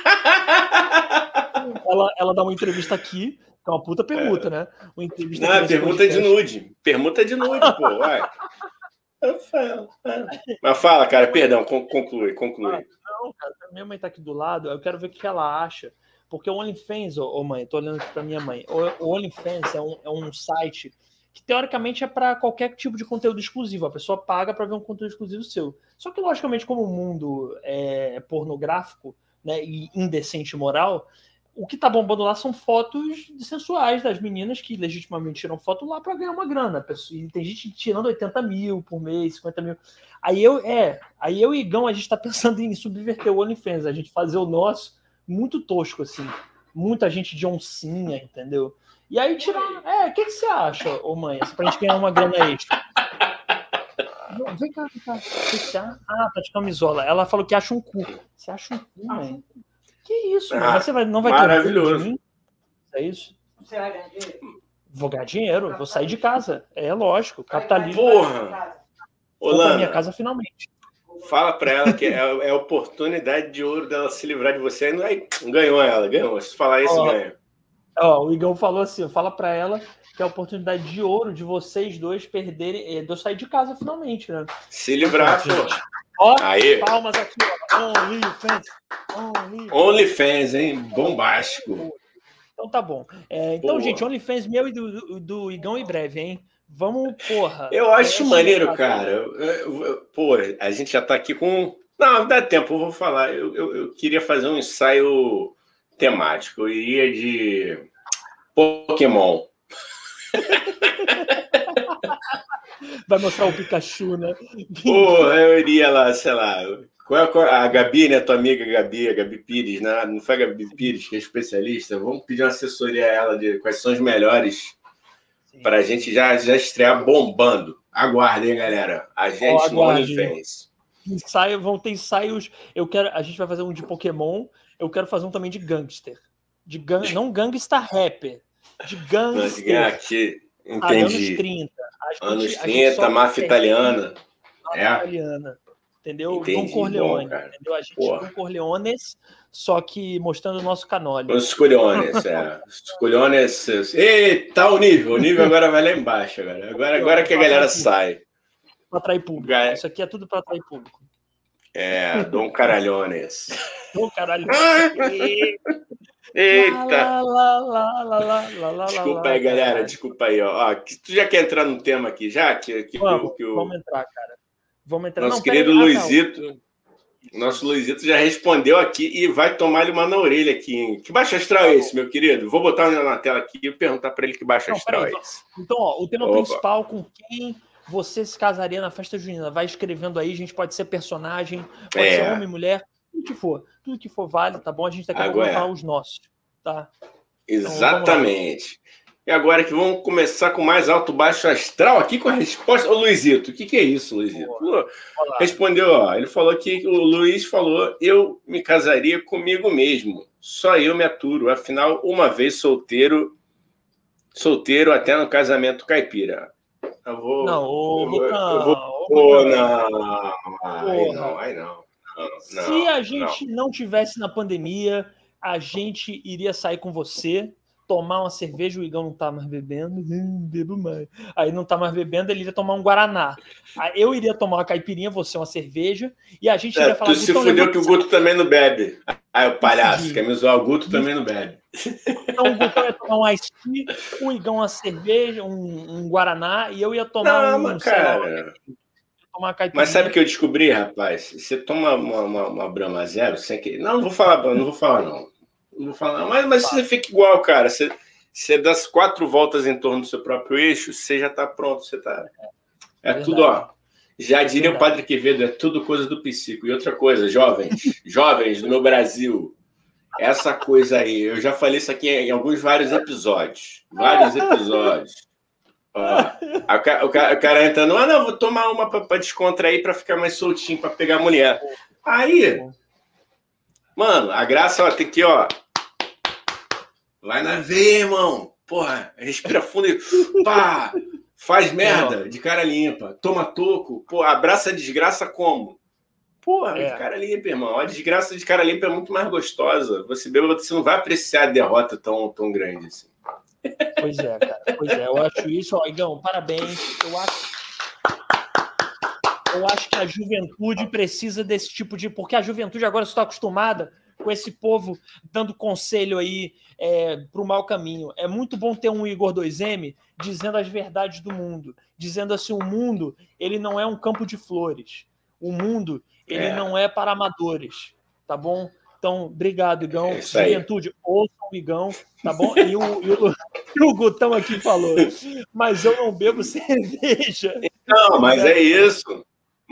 S2: Ela dá uma entrevista aqui, que é uma puta permuta, né? Uma entrevista
S1: não, permuta de nude. Permuta de nude, pô. Vai. Mas fala, cara, perdão, conclui.
S2: Não, cara, minha mãe tá aqui do lado, eu quero ver o que ela acha. Porque o OnlyFans, mãe, tô olhando aqui pra minha mãe. O OnlyFans é um site que teoricamente é para qualquer tipo de conteúdo exclusivo. A pessoa paga para ver um conteúdo exclusivo seu. Só que, logicamente, como o mundo é pornográfico, né, e indecente moral, o que tá bombando lá são fotos sensuais das meninas que legitimamente tiram foto lá para ganhar uma grana. E tem gente tirando 80 mil por mês, 50 mil. Aí eu e o Igão, a gente tá pensando em subverter o OnlyFans, a gente fazer o nosso muito tosco, assim. Muita gente de oncinha, entendeu? E aí tirar... o que você acha, ô mãe? Pra gente ganhar uma grana extra. Vem cá. O que você acha? Tá de camisola. Ela falou que acha um cu. Você acha um cu, mãe? Que isso, mano? Você não vai
S1: maravilhoso.
S2: ter de mim? É isso?
S3: Você vai ganhar dinheiro?
S2: Vou ganhar dinheiro, vou sair de casa. É lógico, capitalismo.
S1: Porra!
S2: Vou pra minha casa finalmente.
S1: Fala pra ela que é a oportunidade de ouro dela se livrar de você. Aí ganhou ela, ganhou. Se falar isso, ganha.
S2: O Igão falou assim, fala pra ela que é a oportunidade de ouro de vocês dois perderem, de eu sair de casa finalmente, né?
S1: Se livrar,
S2: pô. Aí. Palmas aqui, ó.
S1: OnlyFans, hein? Bombástico.
S2: Então tá bom. Então, gente, OnlyFans meu e do Igão em breve, hein? Vamos, porra.
S1: Eu acho maneiro, cara. Pô, a gente já tá aqui com... Não, dá tempo, eu vou falar. Eu queria fazer um ensaio temático. Eu iria de Pokémon.
S2: Vai mostrar o Pikachu, né?
S1: Pô, eu iria lá, sei lá, Qual a Gabi, né? Tua amiga Gabi, a Gabi Pires, né? Não foi a Gabi Pires, que é especialista? Vamos pedir uma assessoria a ela de quais são os melhores para a gente já estrear bombando. Aguardem, galera. A gente no OnlyFans.
S2: Vão ter ensaios. A gente vai fazer um de Pokémon. Eu quero fazer um também de gangster. Não gangster rapper. De gangster.
S1: Aqui, entendi.
S2: Anos 30.
S1: Anos 30, máfia italiana.
S2: Italiana. Entendeu?
S1: Entendi,
S2: Don Corleone.
S1: bom,
S2: entendeu? A gente Don Corleones, só que mostrando o nosso canole.
S1: Os Corleones, Os Corleones. Eita, o nível agora vai lá embaixo. Agora que a galera sai.
S2: Para atrair público. Isso aqui é tudo para atrair público.
S1: Dom Caralhones.
S2: Dom Caralhones.
S1: Eita! Desculpa aí, galera.
S2: Caralho.
S1: Desculpa aí, ó. Tu já quer entrar no tema aqui, já?
S2: Vamos entrar, cara.
S1: Nosso querido Luizito. Nosso Luizito já respondeu aqui e vai tomar-lhe uma na orelha aqui, hein? Que baixo astral é esse, meu querido? Vou botar na tela aqui e perguntar para ele que baixo astral é esse.
S2: Então, ó, o tema principal, com quem você se casaria na festa junina? Vai escrevendo aí, a gente pode ser personagem, pode ser homem, mulher, tudo que for vale, tá bom? A gente daqui a pouco vai falar os nossos, tá?
S1: Exatamente. Então, e agora que vamos começar com mais alto baixo astral aqui com a resposta. Ô, Luizito, o que é isso, Luizito? Respondeu, ó. Ele falou que o Luiz falou: eu me casaria comigo mesmo. Só eu me aturo. Afinal, uma vez solteiro até no casamento caipira. Aí não.
S2: Se a gente não tivesse na pandemia, a gente iria sair com você, tomar uma cerveja, o Igão não tá mais bebendo, bebo mais. Aí não tá mais bebendo, ele iria tomar um Guaraná. Aí eu iria tomar uma caipirinha, você uma cerveja, e a gente iria falar...
S1: Tu se fudeu que o Guto também não bebe. O palhaço, quer me zoar, o Guto também não bebe.
S2: Então o Guto ia tomar um ice tea, o Igão uma cerveja, um Guaraná, e eu ia tomar
S1: Mas sabe o que eu descobri, rapaz? Você toma uma Brahma Zero sem que... Não vou falar não. Mas você fica igual, cara. Você dá as 4 voltas em torno do seu próprio eixo, você já tá pronto. Você tá... tudo, ó. Já diria o Padre Quevedo, é tudo coisa do psico. E outra coisa, jovens do meu Brasil, essa coisa aí, eu já falei isso aqui em vários episódios. Ó, o cara entrando, não, vou tomar uma pra descontrair, pra ficar mais soltinho, pra pegar a mulher. Aí, mano, a graça, ó, tem que, ó, vai na veia, irmão. Porra, respira fundo e pá, faz merda de cara limpa, toma toco, pô, abraça a desgraça como? Porra, de cara limpa, irmão. A desgraça de cara limpa é muito mais gostosa. Você não vai apreciar a derrota tão grande assim.
S2: Pois é, cara. Eu acho isso, ó, Igão, parabéns. Eu acho que a juventude precisa desse tipo de... Porque a juventude agora está acostumada com esse povo dando conselho aí para o mau caminho. É muito bom ter um Igor 2M dizendo as verdades do mundo. Dizendo assim, o mundo, ele não é um campo de flores. O mundo, ele não é para amadores. Tá bom? Então, obrigado, Igão. Juventude, ouçam o Igão, tá bom? E o Gutão aqui falou, mas eu não bebo cerveja.
S1: Não, mas é isso.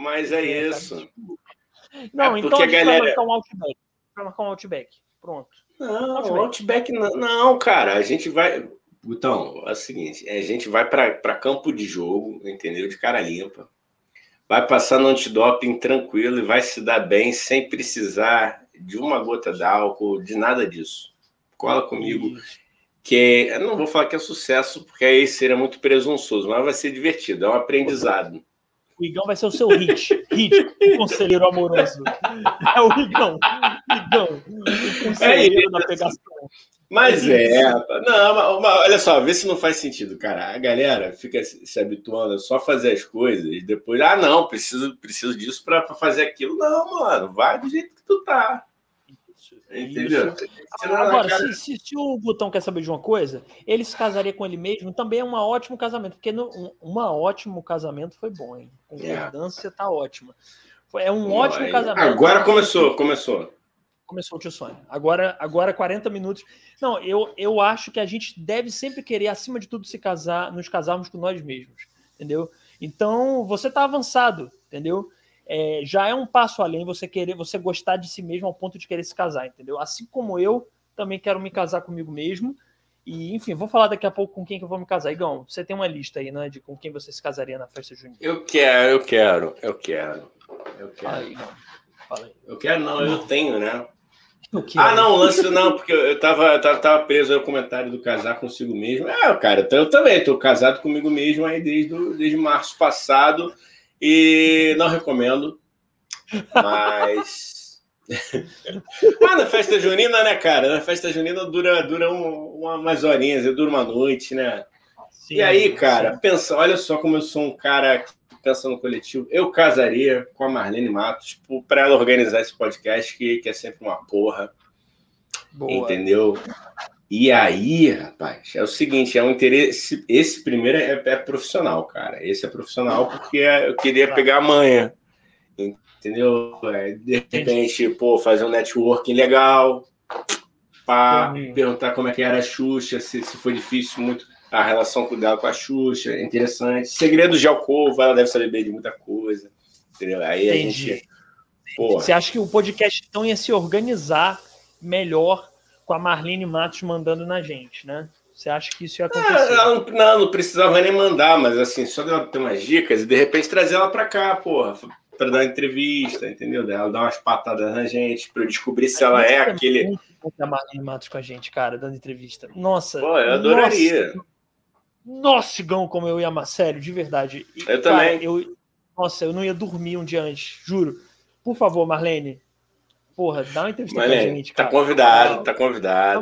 S2: Não, então a gente vai marcar um Outback. Vai marcar um Outback. Pronto.
S1: Não, Outback não, cara. A gente vai... Gutão, é o seguinte, a gente vai para campo de jogo, entendeu? De cara limpa. Vai passar no antidoping tranquilo e vai se dar bem sem precisar de uma gota de álcool, de nada disso. Cola comigo, que eu não vou falar que é sucesso, porque aí seria muito presunçoso, mas vai ser divertido, é um aprendizado.
S2: O Igão vai ser o seu hit, o conselheiro amoroso. É o Igão, o conselheiro da pegação.
S1: Mas não, mas olha só, vê se não faz sentido, cara. A galera fica se habituando a só fazer as coisas e depois, não, preciso disso para fazer aquilo. Não, mano, vai do jeito que tu tá. Entendeu?
S2: Agora, se o Gutão quer saber de uma coisa, ele se casaria com ele mesmo, também é um ótimo casamento, porque um ótimo casamento foi bom, hein? Concordância tá ótima. É um ótimo casamento.
S1: Agora começou.
S2: Começou o Tio Sônia. Agora 40 minutos. Não, eu acho que a gente deve sempre querer, acima de tudo, nos casarmos com nós mesmos, entendeu? Então, você tá avançado, entendeu? já é um passo além você gostar de si mesmo ao ponto de querer se casar, entendeu? Assim como eu também quero me casar comigo mesmo. E, enfim, vou falar daqui a pouco com quem que eu vou me casar. Igão, você tem uma lista aí, né, de com quem você se casaria na festa junina?
S1: Eu quero.
S2: Fala aí, Igão. Fala aí.
S1: Eu quero, não, eu tenho, né?
S2: O quero.
S1: Não, o lance não, porque eu tava preso no comentário do casar consigo mesmo. Cara, eu também tô casado comigo mesmo aí desde março passado e não recomendo, mas... na festa junina, né, cara? Na festa junina dura umas horinhas, dura uma noite, né? Sim, e aí, cara, olha só como eu sou um cara que pensa no coletivo. Eu casaria com a Marlene Matos para ela organizar esse podcast, que é sempre uma porra. Boa. Entendeu? E aí, rapaz, é o seguinte, é um interesse. Esse primeiro é profissional, cara. Esse é profissional porque eu queria pegar a manha. Entendeu? De repente, fazer um networking legal, perguntar como é que era a Xuxa, se foi difícil muito a relação dela com a Xuxa, é interessante. Segredos de alcova, ela deve saber bem de muita coisa, entendeu? Aí a gente...
S2: Você acha que o podcast então ia se organizar melhor com a Marlene Matos mandando na gente, né? Você acha que isso ia acontecer?
S1: Não precisava nem mandar, mas assim, só dela ter umas dicas e de repente trazer ela pra cá, para dar entrevista, entendeu? Ela dar umas patadas na gente, para eu descobrir se ela é aquele...
S2: Muito a Marlene Matos com a gente, cara, dando entrevista. Nossa.
S1: Eu adoraria.
S2: Nossa, Igão, como eu ia amar, sério, de verdade.
S1: Eu também.
S2: Eu não ia dormir um dia antes, juro. Por favor, Marlene, dá uma entrevista
S1: Marlene,
S2: pra gente, cara.
S1: Tá convidado.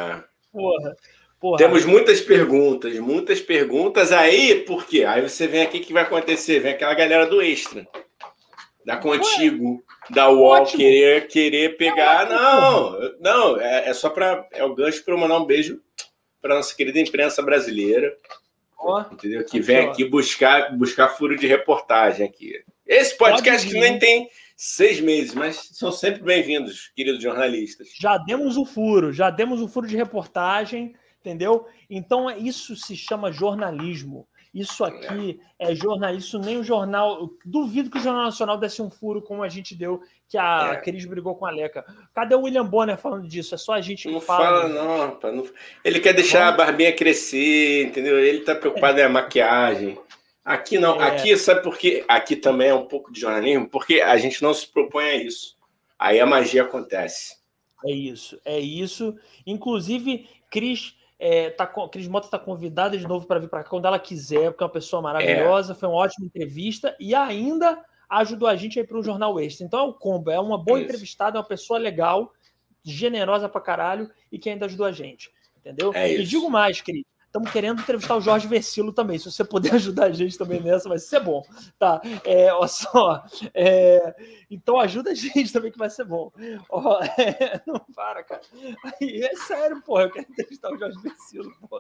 S2: Porra.
S1: Temos muitas perguntas aí, por quê? Aí você vem aqui, o que vai acontecer? Vem aquela galera do Extra, da Contigo, da UOL, querer pegar. Não, é só é o gancho para eu mandar um beijo para nossa querida imprensa brasileira, entendeu? Que vem aqui buscar furo de reportagem aqui. Esse podcast que nem tem 6 meses, mas são sempre bem-vindos, queridos jornalistas.
S2: Já demos o furo de reportagem, entendeu? Então isso se chama jornalismo. Isso aqui é jornalismo, isso nem o jornal... Duvido que o Jornal Nacional desse um furo como a gente deu, que a Cris brigou com a Leca. Cadê o William Bonner falando disso? É só a gente que
S1: não
S2: fala.
S1: Não, rapaz. Não... Ele quer deixar a barbinha crescer, entendeu? Ele tá preocupado na maquiagem. Aqui não. Aqui, sabe por quê? Aqui também é um pouco de jornalismo, porque a gente não se propõe a isso. Aí a magia acontece.
S2: É isso. Inclusive, Cris Mota está convidada de novo para vir para cá quando ela quiser, porque é uma pessoa maravilhosa, foi uma ótima entrevista e ainda ajudou a gente a ir para um jornal extra. Então é um combo, é uma boa entrevistada, é uma pessoa legal, generosa pra caralho e que ainda ajudou a gente, entendeu? E digo mais, Cris, estamos querendo entrevistar o Jorge Versilo também. Se você puder ajudar a gente também nessa, vai ser bom. Tá? Olha só. Então ajuda a gente também que vai ser bom. Não para, cara. Aí, é sério, porra. Eu quero entrevistar o Jorge Versilo, porra.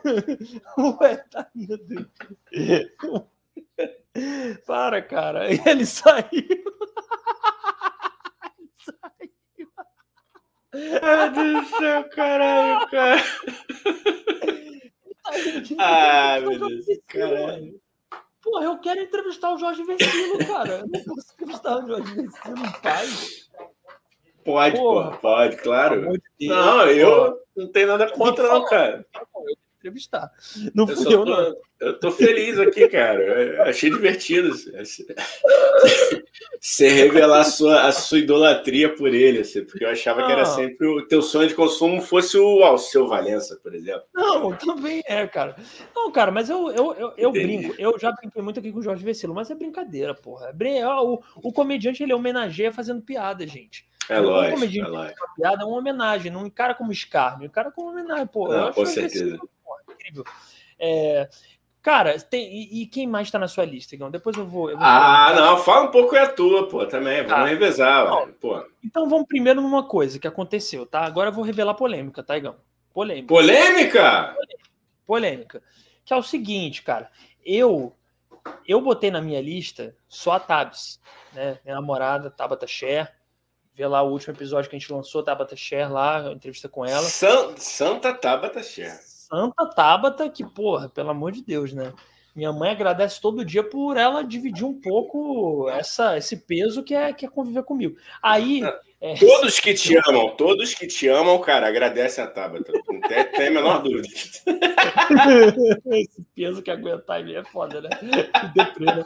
S2: Ué, tá indo. Para, cara. Ele saiu.
S1: Meu Deus do céu, caralho, cara. Meu Deus, caralho.
S2: Porra, eu quero entrevistar o Jorge Versilo, cara. Eu não posso entrevistar o Jorge Versilo em paz.
S1: Pode, claro. Não, eu não tenho nada contra, não, cara.
S2: Eu entrevistar. Não fui eu, não.
S1: Eu tô feliz aqui, cara. Eu achei divertido você revelar a sua idolatria por ele, assim, porque eu achava que era sempre o teu sonho de consumo fosse o Alceu Valença, por exemplo.
S2: Não, também cara. Não, cara, mas eu brinco. Eu já brinquei muito aqui com o Jorge Versilo, mas é brincadeira, porra. O comediante, ele homenageia fazendo piada, gente.
S1: Lógico.
S2: O comediante fazendo piada é uma homenagem, não encara como escárnio, encara como homenagem, pô.
S1: Não, com certeza.
S2: Incrível. Cara, e quem mais tá na sua lista, Igão? Depois eu vou
S1: não, fala um pouco a tua, pô, também. Vamos revezar, pô.
S2: Então vamos primeiro numa coisa que aconteceu, tá? Agora eu vou revelar polêmica, tá, Igão? Polêmica. Que é o seguinte, cara. Eu botei na minha lista só a Tabs, né? Minha namorada, Tabata Sher. Vê lá o último episódio que a gente lançou, Tabata Sher lá, a entrevista com ela.
S1: Santa Tabata Sher.
S2: Santa Tabata, que, porra, pelo amor de Deus, né? Minha mãe agradece todo dia por ela dividir um pouco esse peso que é conviver comigo. Aí...
S1: Todos que te amam, cara, agradecem a Tabata. Não tem a menor dúvida.
S2: Esse peso que aguentar em mim é foda, né? Deprê, né?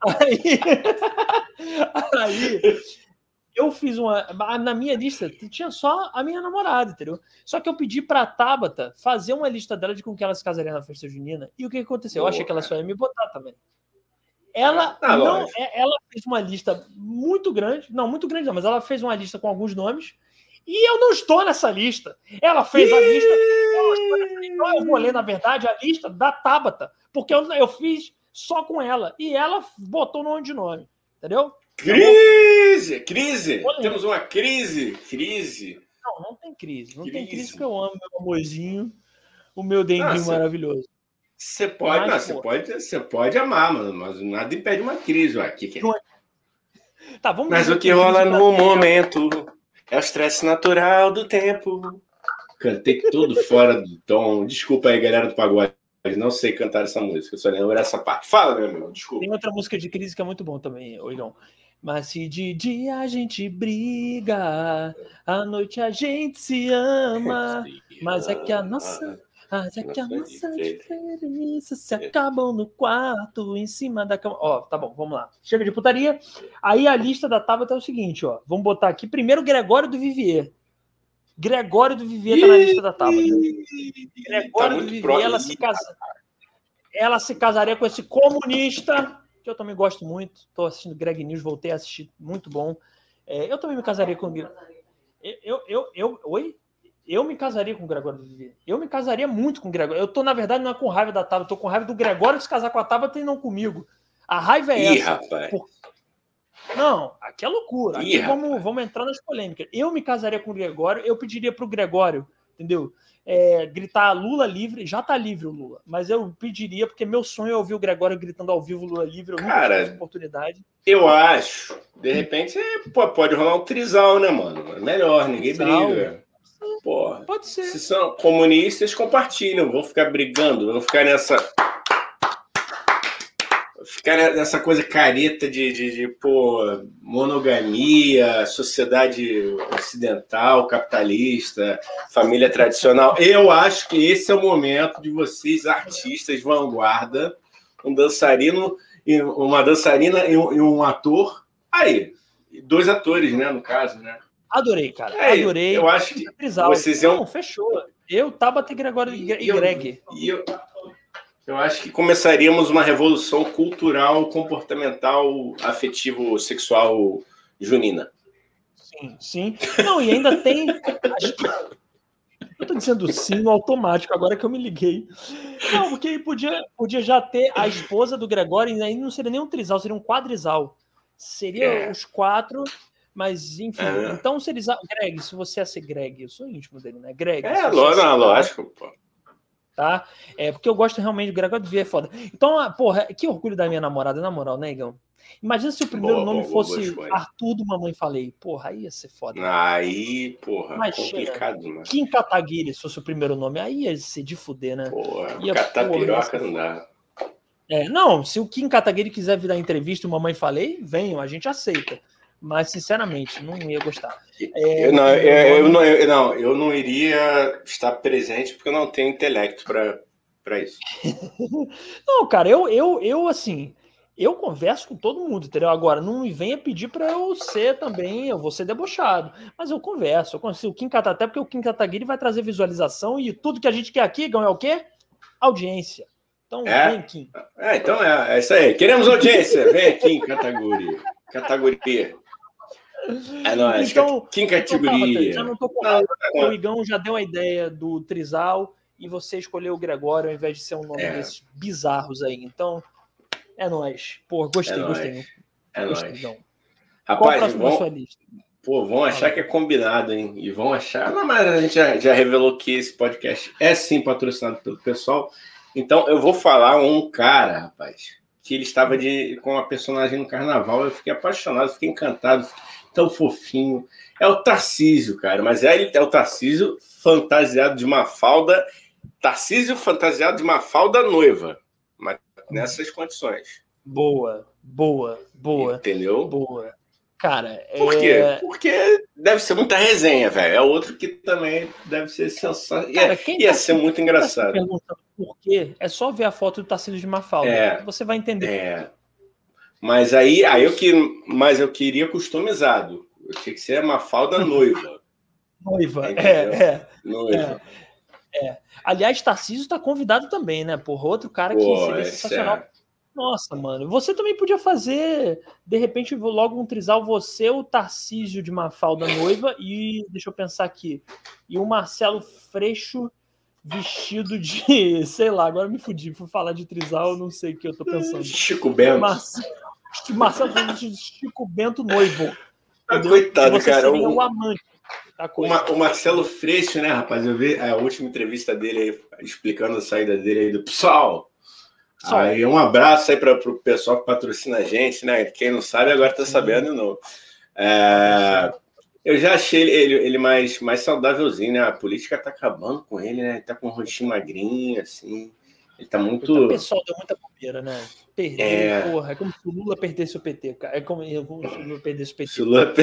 S2: Aí eu fiz na minha lista tinha só a minha namorada, entendeu? Só que eu pedi pra Tabata fazer uma lista dela de com que ela se casaria na festa junina. E o que aconteceu? Eu achei que ela só ia me botar também. Ela fez uma lista muito grande, não, mas ela fez uma lista com alguns nomes e eu não estou nessa lista. Ela fez a lista, então eu vou ler, na verdade, a lista da Tabata, porque eu fiz só com ela e ela botou no nome de nome, entendeu?
S1: Crise! Temos uma crise!
S2: Não tem crise. Não tem crise porque eu amo meu amorzinho, o meu denguinho maravilhoso.
S1: Você pode amar, mano, mas nada impede uma crise. Ué, que é?
S2: Tá, vamos
S1: mas o que rola no momento é o estresse natural do tempo. Cantei tudo fora do tom. Desculpa aí, galera do pagode. Não sei cantar essa música, só lembro essa parte. Fala, meu amigo, desculpa.
S2: Tem outra música de crise que é muito bom também, Oigão. Mas se de dia a gente briga, à noite a gente se ama, mas é que a nossa diferença se acabam no quarto, em cima da cama. Ó, tá bom, vamos lá. Chega de putaria. Aí a lista da Tabata é o seguinte, ó. Vamos botar aqui primeiro Gregório do Vivier. Gregório do Vivier tá na lista da Tabata. Gregório do Vivier, ela se casaria com esse comunista, que eu também gosto muito. Tô assistindo Greg News, voltei a assistir, muito bom. Eu também me casaria com... Oi? Eu me casaria com o Gregório do Vivier. Eu me casaria muito com o Gregório. Eu tô, na verdade, não é com raiva da Tabata, eu tô com raiva do Gregório de se casar com a Tabata e não comigo. A raiva é essa.
S1: Rapaz.
S2: Não, aqui é loucura. Aqui vamos entrar nas polêmicas. Eu me casaria com o Gregório, eu pediria pro Gregório, entendeu? Gritar Lula livre, já tá livre o Lula, mas eu pediria, porque meu sonho é ouvir o Gregório gritando ao vivo Lula livre, eu nunca tive essa oportunidade.
S1: Eu acho, de repente, pode rolar um trisal, né, mano? É melhor, ninguém briga. Porra,
S2: pode ser.
S1: Se são comunistas, compartilham, vão ficar brigando, vão ficar nessa coisa careta de monogamia, sociedade ocidental, capitalista, família tradicional. Eu acho que esse é o momento de vocês, artistas vanguarda, uma dançarina e um ator. Aí, 2 atores, né, no caso, né?
S2: Adorei, cara. Adorei.
S1: Eu acho que vocês iam...
S2: Não, fechou. Eu, Tabata e Gregório e Greg.
S1: Eu acho que começaríamos uma revolução cultural, comportamental, afetivo, sexual junina.
S2: Sim. Não, e ainda tem... Eu tô dizendo sim no automático, agora que eu me liguei. Não, porque aí podia já ter a esposa do Gregório, e aí não seria nem um trisal, seria um quadrisal. Seria os 4... Mas, enfim, então se eles... Greg, se você é ser Greg, eu sou íntimo dele, né? Greg.
S1: Lógico, pô.
S2: Tá? Porque eu gosto realmente do Gregório do Vivier, é foda. Então, porra, que orgulho da minha namorada, na moral, né, Igão? Imagina se o primeiro nome fosse Arthur do Mamãe Falei. Porra, aí ia ser foda.
S1: Aí, porra,
S2: mas
S1: complicado, mano.
S2: Kim Kataguiri, se fosse o primeiro nome, aí ia ser de fuder, né?
S1: Porra, catar piroca não dá.
S2: Não, se o Kim Kataguiri quiser vir dar entrevista e Mamãe Falei, venham, a gente aceita. Mas, sinceramente, não ia gostar.
S1: Eu não iria estar presente porque eu não tenho intelecto para isso.
S2: Não, cara, eu assim, eu converso com todo mundo, entendeu? Agora, não me venha pedir para eu ser também, eu vou ser debochado. Mas eu converso o Kim Kataguiri, até porque o Kim Kataguiri vai trazer visualização e tudo que a gente quer aqui, Gão, é o quê? Audiência. Então, vem, Kim.
S1: Então é isso aí. Queremos audiência. Vem aqui, categoria. Nóis.
S2: Então,
S1: que categoria?
S2: Já não tô com raiva. O Igão já deu a ideia do trisal e você escolheu o Gregório ao invés de ser um nome desses bizarros aí. Então, é nóis. Pô, gostei.
S1: É
S2: gostei,
S1: nóis.
S2: Igão.
S1: Rapaz,
S2: qual a próxima da sua lista?
S1: Pô, vão achar que é combinado, hein? E vão achar... Não, mas a gente já revelou que esse podcast é sim patrocinado pelo pessoal. Então, eu vou falar um cara, rapaz, que ele estava com uma personagem no carnaval. Eu fiquei apaixonado, fiquei encantado. Tão fofinho. É o Tarcísio, cara. Mas é o Tarcísio fantasiado de Mafalda. Tarcísio fantasiado de Mafalda noiva. Mas nessas condições.
S2: Boa.
S1: Entendeu?
S2: Boa. Cara,
S1: Por quê? Porque deve ser muita resenha, velho. É outro que também deve ser sensacional. Ia ser muito engraçado.
S2: Tá se perguntando por quê? É só ver a foto do Tarcísio de Mafalda. Você vai entender.
S1: Mas eu queria customizado. Eu tinha que ser a Mafalda noiva.
S2: Noiva.
S1: Noiva.
S2: Aliás, Tarcísio tá convidado também, né? Porra, outro cara que seria sensacional. Nossa, mano. Você também podia fazer, de repente, logo um trisal, você, o Tarcísio de Mafalda noiva e, deixa eu pensar aqui, e o Marcelo Freixo vestido de, sei lá, agora me fudi, fui falar de trisal, não sei o que eu tô pensando.
S1: Chico Bento.
S2: Marcelo Freixo de Chico Bento noivo.
S1: Coitado,
S2: você
S1: cara.
S2: Seria o amante.
S1: O Marcelo Freixo, né, rapaz? Eu vi a última entrevista dele aí, explicando a saída dele aí do PSOL. Aí um abraço aí para o pessoal que patrocina a gente, né? Quem não sabe agora está sabendo de novo. Eu já achei ele mais saudávelzinho, né? A política tá acabando com ele, né? Ele tá com um rostinho magrinho, assim. Ele tá muito...
S2: O pessoal deu muita bobeira, né? Perdeu, porra. É como se o Lula perdesse o PT, cara. É como se o Lula perdesse o PT.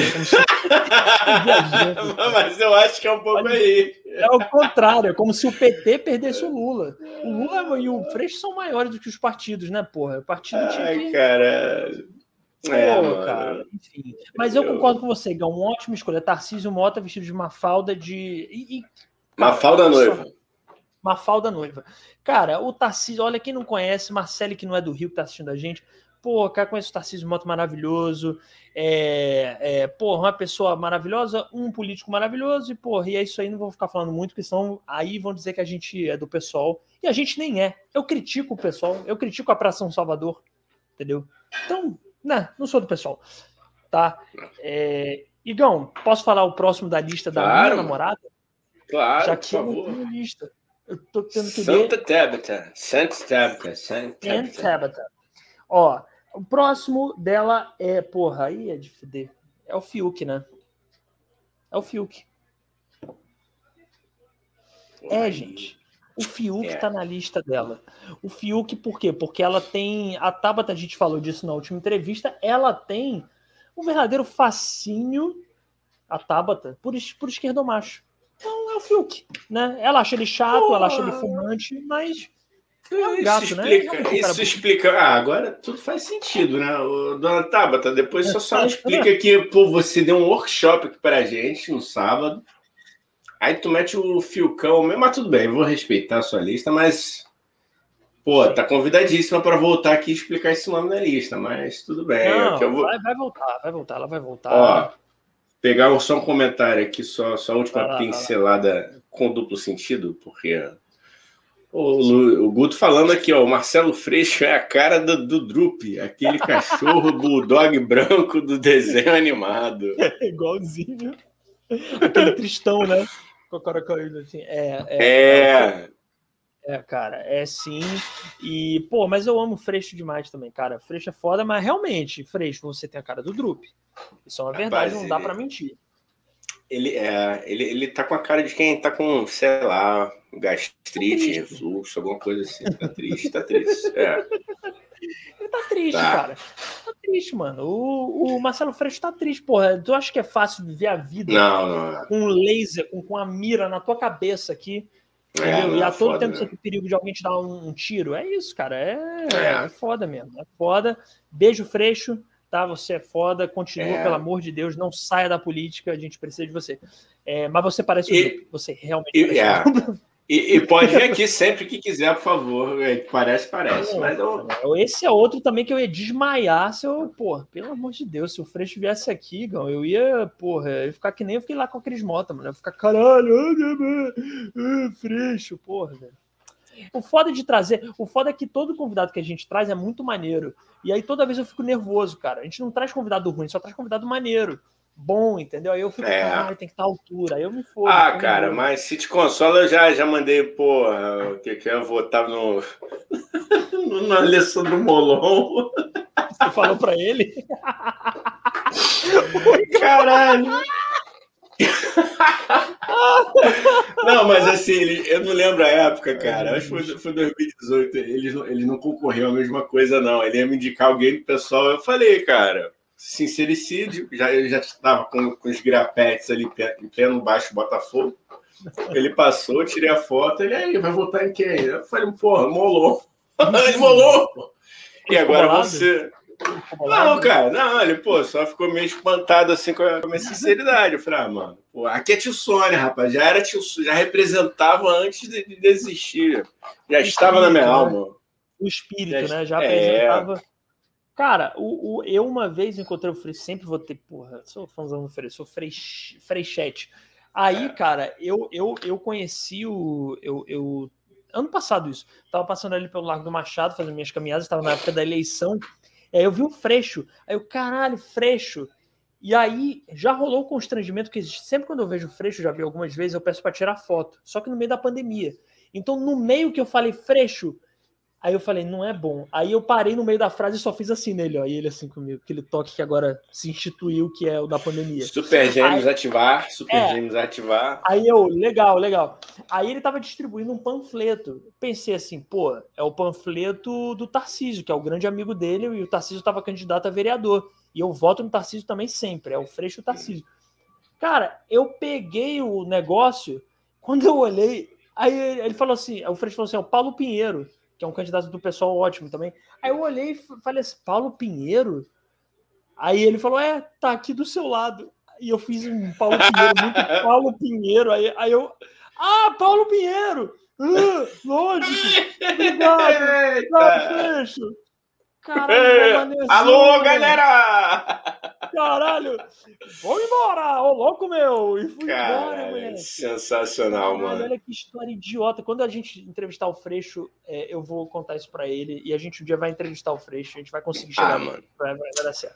S1: Mas eu acho que é um pouco aí.
S2: É o contrário, é como se o PT perdesse o Lula. O Lula e o Freixo são maiores do que os partidos, né, porra? O partido tinha que...
S1: cara...
S2: cara, enfim. Mas eu concordo com você, Gão. Uma ótima escolha. Tarcísio Mota vestido de Mafalda de...
S1: Mafalda noiva.
S2: Mafalda noiva. Cara, o Tarcísio, olha, quem não conhece, Marcele, que não é do Rio, que tá assistindo a gente, pô, cara, conhece o Tarcísio Mota maravilhoso, porra, uma pessoa maravilhosa, um político maravilhoso, e porra, e é isso aí, não vou ficar falando muito, porque senão aí vão dizer que a gente é do PSOL, e a gente nem é. Eu critico o PSOL, eu critico a Praça São Salvador, entendeu? Então, não sou do PSOL, tá? Igão, posso falar o próximo da lista da minha namorada?
S1: Claro,
S2: já que
S1: por favor.
S2: Eu não tenho lista. Eu tô tendo que
S1: Santa Tabata.
S2: Ó, o próximo dela porra, aí é de fuder. É o Fiuk, né? É o Fiuk. Gente. O Fiuk tá na lista dela. O Fiuk, por quê? Porque ela tem... A Tabata, a gente falou disso na última entrevista, ela tem um verdadeiro fascínio, a Tabata, por esquerdomacho. Então é o Fiuk, né? Ela acha ele chato, ela acha ele fumante, mas é um gato, né?
S1: Isso explica... agora tudo faz sentido, né? Dona Tabata, depois só explica que, pô, você deu um workshop aqui pra gente no sábado, aí tu mete o Fiucão, mas tudo bem, eu vou respeitar a sua lista, mas, pô, tá convidadíssima para voltar aqui e explicar esse nome na lista, mas tudo bem.
S2: Não, vai voltar, ela vai voltar.
S1: Ó, pegar só um comentário aqui, só a última pincelada com duplo sentido, porque o Guto falando aqui, ó, o Marcelo Freixo é a cara do Drup, aquele cachorro bulldog branco do desenho animado.
S2: Igualzinho. Aquele tristão, né? Com a cara caída assim. Cara, é sim. E, pô, mas eu amo Freixo demais também, cara. Freixo é foda, mas realmente, Freixo, você tem a cara do Drup. Isso é uma verdade, não dá pra mentir.
S1: Ele tá com a cara de quem tá com, sei lá, gastrite, refluxo, alguma coisa assim. Tá triste.
S2: Ele tá triste, cara. Tá triste, mano. O Marcelo Freixo tá triste, porra. Tu acha que é fácil viver a vida com um laser, com a mira na tua cabeça aqui? Entendeu? E a todo tempo você tem perigo de alguém te dar um tiro. É isso, cara. É foda mesmo. É foda. Beijo, Freixo. Tá? Você é foda. Continua, pelo amor de Deus. Não saia da política. A gente precisa de você. Mas você parece o Drup. Você realmente parece o Drup.
S1: E pode vir aqui sempre que quiser, por favor. Parece. Mas
S2: esse é outro também que eu ia desmaiar se eu... Porra, pelo amor de Deus, se o Freixo viesse aqui, eu ia ficar que nem eu fiquei lá com a Cris Mota, mano. Eu ia ficar, caralho, Freixo, porra, velho. O foda é que todo convidado que a gente traz é muito maneiro. E aí toda vez eu fico nervoso, cara. A gente não traz convidado ruim, só traz convidado maneiro. Bom, entendeu? Aí eu fico, caralho, tem que estar à altura. Aí eu me fodo.
S1: Cara, mas se te consola, eu já mandei, porra, que eu votar no Alessandro Molon.
S2: Você falou pra ele?
S1: Caralho! Não, mas assim, eu não lembro a época, cara. Acho que foi 2018. Ele não concorreu a mesma coisa, não. Ele ia me indicar alguém do pessoal. Eu falei, cara, sincericídio. Eu já estava com os grapetes ali em pleno Baixo Botafogo. Ele passou, eu tirei a foto. Ele aí, vai votar em quem? Eu falei, porra, molou. Ele molou. E agora você. Não, cara, não, ele, pô, só ficou meio espantado assim com a minha sinceridade. Eu falei, mano, pô, aqui é Tio Sônia, rapaz, já representava antes de desistir, já estava na minha alma.
S2: O espírito, né? Já apresentava. Cara, eu uma vez encontrei o Freixo, sempre vou ter, porra, sou fãzão do Freixo, sou Freixete. Aí, cara, eu conheci ano passado isso, tava passando ali pelo Largo do Machado, fazendo minhas caminhadas, tava na época da eleição. Aí eu vi o Freixo, aí eu, caralho, Freixo. E aí já rolou o constrangimento que existe. Sempre quando eu vejo o Freixo, já vi algumas vezes, eu peço pra tirar foto. Só que no meio da pandemia. Então, no meio que eu falei, Freixo, aí eu falei, não é bom. Aí eu parei no meio da frase e só fiz assim nele, ó. E ele assim comigo, aquele toque que agora se instituiu, que é o da pandemia.
S1: Super Gêmeos ativar. Gêmeos ativar.
S2: Aí eu, legal. Aí ele tava distribuindo um panfleto. Pensei assim, pô, é o panfleto do Tarcísio, que é o grande amigo dele, e o Tarcísio tava candidato a vereador. E eu voto no Tarcísio também sempre, é o Freixo Tarcísio. Cara, eu peguei o negócio, quando eu olhei, aí ele falou assim, o Freixo falou assim, é o Paulo Pinheiro, que é um candidato do pessoal ótimo também. Aí eu olhei e falei assim, Paulo Pinheiro? Aí ele falou, tá aqui do seu lado. E eu fiz um Paulo Pinheiro, muito Paulo Pinheiro. Aí eu, Paulo Pinheiro! Lógico! Obrigado, Freixo! Caralho,
S1: alô, galera!
S2: Caralho! Vamos embora! Ô, louco, meu! E fui embora, moleque.
S1: Sensacional, mano.
S2: Olha que história idiota. Quando a gente entrevistar o Freixo, eu vou contar isso pra ele. E a gente um dia vai entrevistar o Freixo. A gente vai conseguir chegar.
S1: Mano.
S2: Vai dar certo.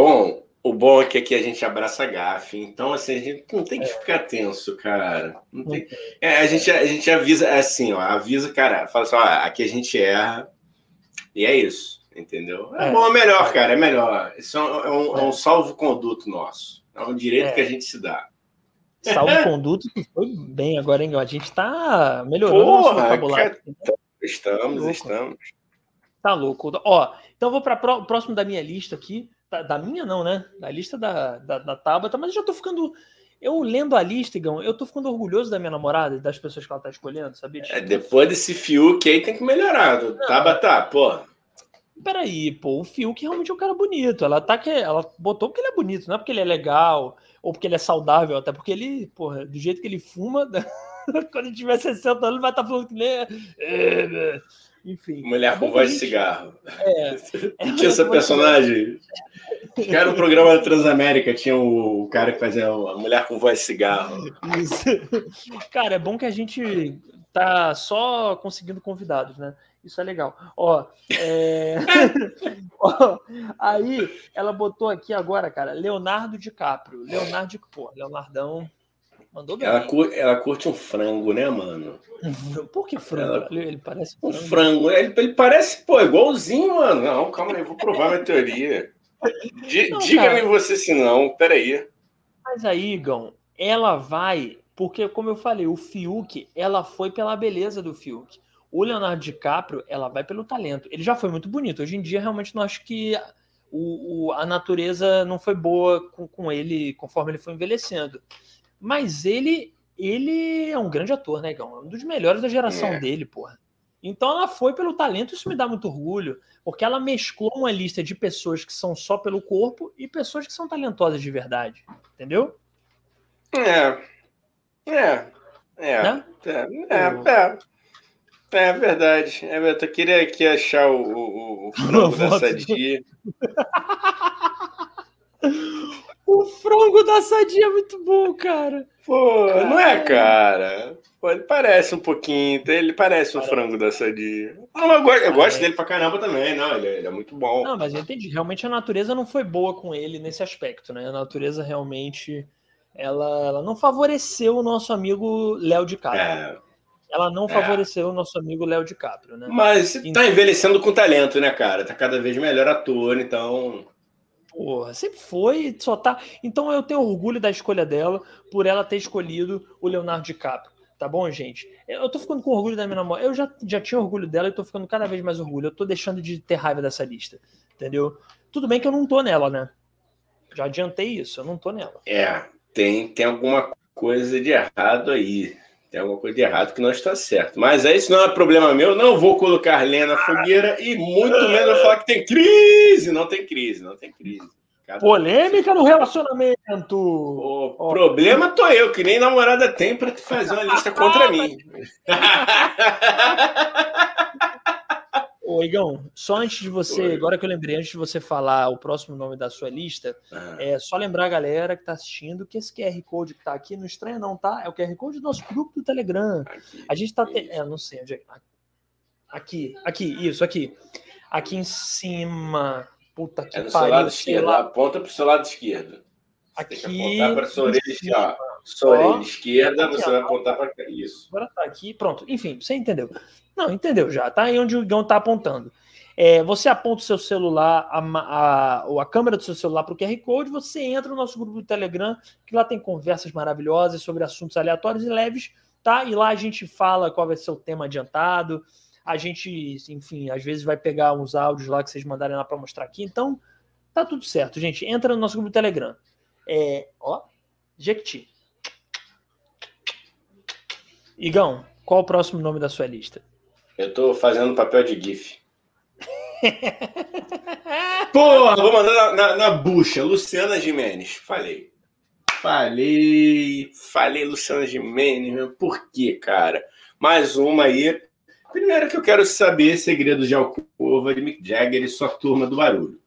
S1: O bom é que aqui a gente abraça gafe. Então, assim, a gente não tem que ficar tenso, cara. Não tem... a gente avisa, assim, ó. Avisa, cara. Fala assim, ó, aqui a gente erra. E é isso. Entendeu? Bom, é melhor, cara, é melhor. Isso é um salvo-conduto nosso. É um direito que a gente se dá.
S2: Salvo-conduto que foi bem agora, hein? A gente tá melhorando o nosso vocabulário.
S1: Estamos.
S2: Tá louco. Ó, então eu vou para o próximo da minha lista aqui. Da minha não, né? Da lista da Tabata, mas eu já tô ficando... Eu lendo a lista, Igão, eu tô ficando orgulhoso da minha namorada e das pessoas que ela tá escolhendo, sabia?
S1: Depois desse Fiuk aí tem que melhorar. Tabata, porra.
S2: Peraí, pô, o Fiuk realmente é um cara bonito. Ela botou porque ele é bonito, não é porque ele é legal ou porque ele é saudável, até porque ele, porra, do jeito que ele fuma, quando ele tiver 60 anos, ele vai estar falando que nem. Enfim.
S1: Mulher com voz de cigarro. Tinha essa personagem. Era um programa da Transamérica, tinha o cara que fazia a mulher com voz de cigarro.
S2: Isso. Cara, é bom que a gente tá só conseguindo convidados, né? Isso é legal. Aí ela botou aqui agora, cara, Leonardo DiCaprio. Leonardão mandou bem.
S1: Ela curte um frango, né, mano?
S2: Por que frango? Ele parece
S1: um frango. Ele parece, pô, igualzinho, mano. Não, calma aí, vou provar minha teoria. Diga-me você se não, peraí.
S2: Mas aí, Igão, ela vai... Porque, como eu falei, o Fiuk, ela foi pela beleza do Fiuk. O Leonardo DiCaprio, ela vai pelo talento. Ele já foi muito bonito. Hoje em dia, realmente, não acho que a natureza não foi boa com ele conforme ele foi envelhecendo. Mas ele é um grande ator, né, Igão? Um dos melhores da geração dele, porra. Então ela foi pelo talento, isso me dá muito orgulho, porque ela mesclou uma lista de pessoas que são só pelo corpo e pessoas que são talentosas de verdade. Entendeu?
S1: É verdade. Eu queria aqui achar o frango da Sadia.
S2: O frango da Sadia é muito bom, cara.
S1: Pô, não é, cara? Pô, ele parece um pouquinho. Ele parece um frango da Sadia. Eu gosto dele pra caramba também. Não, ele é muito bom.
S2: Não, mas eu entendi. Realmente a natureza não foi boa com ele nesse aspecto, né? A natureza realmente... Ela não favoreceu o nosso amigo Léo DiCaprio. Ela não favoreceu o nosso amigo Léo DiCaprio, né?
S1: Mas tá envelhecendo com talento, né, cara? Tá cada vez melhor ator, então...
S2: Porra, sempre foi, só tá. Então eu tenho orgulho da escolha dela por ela ter escolhido o Leonardo DiCaprio. Tá bom, gente? Eu tô ficando com orgulho da minha namorada. Eu já tinha orgulho dela e tô ficando cada vez mais orgulho. Eu tô deixando de ter raiva dessa lista. Entendeu? Tudo bem que eu não tô nela, né? Já adiantei isso, eu não tô nela.
S1: Tem alguma coisa de errado aí. Tem alguma coisa de errado que não está certo. Mas isso não é problema meu. Não vou colocar lenha na fogueira e muito menos falar que tem crise. Não tem crise, não tem crise.
S2: Polêmica no relacionamento.
S1: O problema tô eu, que nem namorada tem para fazer uma lista contra mim.
S2: Ô, Igão, só antes de você, agora que eu lembrei, antes de você falar o próximo nome da sua lista, é só lembrar a galera que tá assistindo que esse QR Code que tá aqui, não estranha não, tá? É o QR Code do nosso grupo do Telegram. A gente tá... não sei onde é. Aqui, isso, aqui. Aqui em cima. Puta que
S1: pariu. Seu lado esquerdo, aponta pro seu lado esquerdo. Você
S2: aqui.
S1: tem que apontar para sua orelha, sua orelha esquerda, aqui, você vai apontar para isso.
S2: Agora tá aqui, pronto. Enfim, você entendeu. Não, entendeu já. Tá aí onde o Igão tá apontando. Você aponta o seu celular, a câmera do seu celular para o QR Code, você entra no nosso grupo do Telegram, que lá tem conversas maravilhosas sobre assuntos aleatórios e leves, tá? E lá a gente fala qual vai ser o tema adiantado. A gente, enfim, às vezes vai pegar uns áudios lá que vocês mandarem lá para mostrar aqui. Então, tá tudo certo, gente. Entra no nosso grupo do Telegram. Jequiti. Igão, qual o próximo nome da sua lista?
S1: Eu tô fazendo papel de GIF. Porra, vou mandar na bucha. Luciana Gimenez. Falei, Luciana Gimenez. Por quê, cara? Mais uma aí. Primeiro que eu quero saber segredos de alcova de Mick Jagger e sua turma do barulho.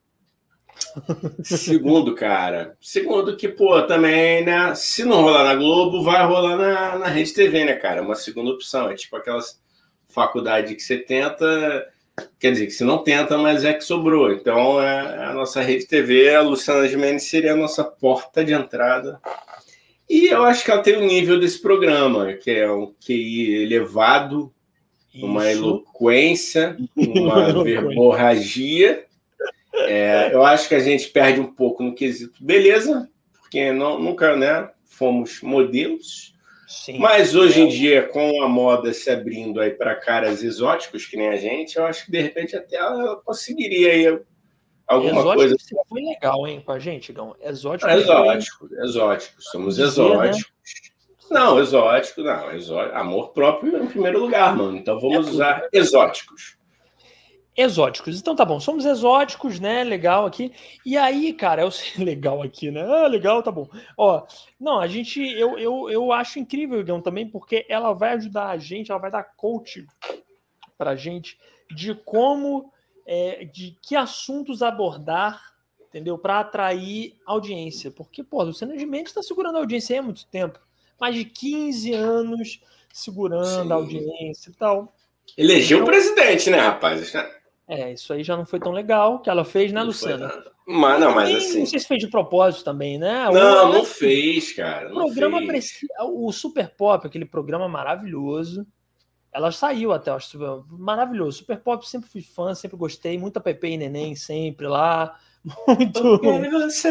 S1: Segundo que, também, né? Se não rolar na Globo, vai rolar na Rede TV, né, cara? Uma segunda opção. É tipo aquelas faculdades que você tenta, quer dizer, que você não tenta, mas é que sobrou. Então, a nossa Rede TV, a Luciana Gimenez seria a nossa porta de entrada. E eu acho que ela tem o nível desse programa, que é um QI elevado, uma eloquência, uma verborragia. Eu acho que a gente perde um pouco no quesito beleza, porque nunca, né, fomos modelos. Sim, mas hoje em dia, com a moda se abrindo aí para caras exóticos, que nem a gente, eu acho que de repente até ela conseguiria aí alguma coisa.
S2: Você foi legal, hein, com a gente, Gão? Exótico.
S1: Exótico. Somos exóticos. Né? Não, exótico. Amor próprio em primeiro lugar, mano. Então vamos usar exóticos.
S2: Exóticos. Então tá bom, somos exóticos, né? Legal aqui. E aí, cara, legal aqui, né? Legal, tá bom. Ó, não, eu acho incrível, Igão, também, porque ela vai ajudar a gente, ela vai dar coach pra gente de como, de que assuntos abordar, entendeu? Pra atrair audiência. Porque, pô, Luciana Gimenez tá segurando a audiência aí há muito tempo. Mais de 15 anos segurando a audiência e tal.
S1: Elegeu o presidente, né, rapaz?
S2: Isso aí já não foi tão legal que ela fez, né, Luciana?
S1: Mas assim...
S2: Não sei se fez de propósito também, né?
S1: Não fez, cara. Não fez.
S2: O Super Pop, aquele programa maravilhoso. Ela saiu até, acho, maravilhoso. Super Pop, sempre fui fã, sempre gostei. Muita Pepe e Neném, sempre lá. Muito.
S1: Porque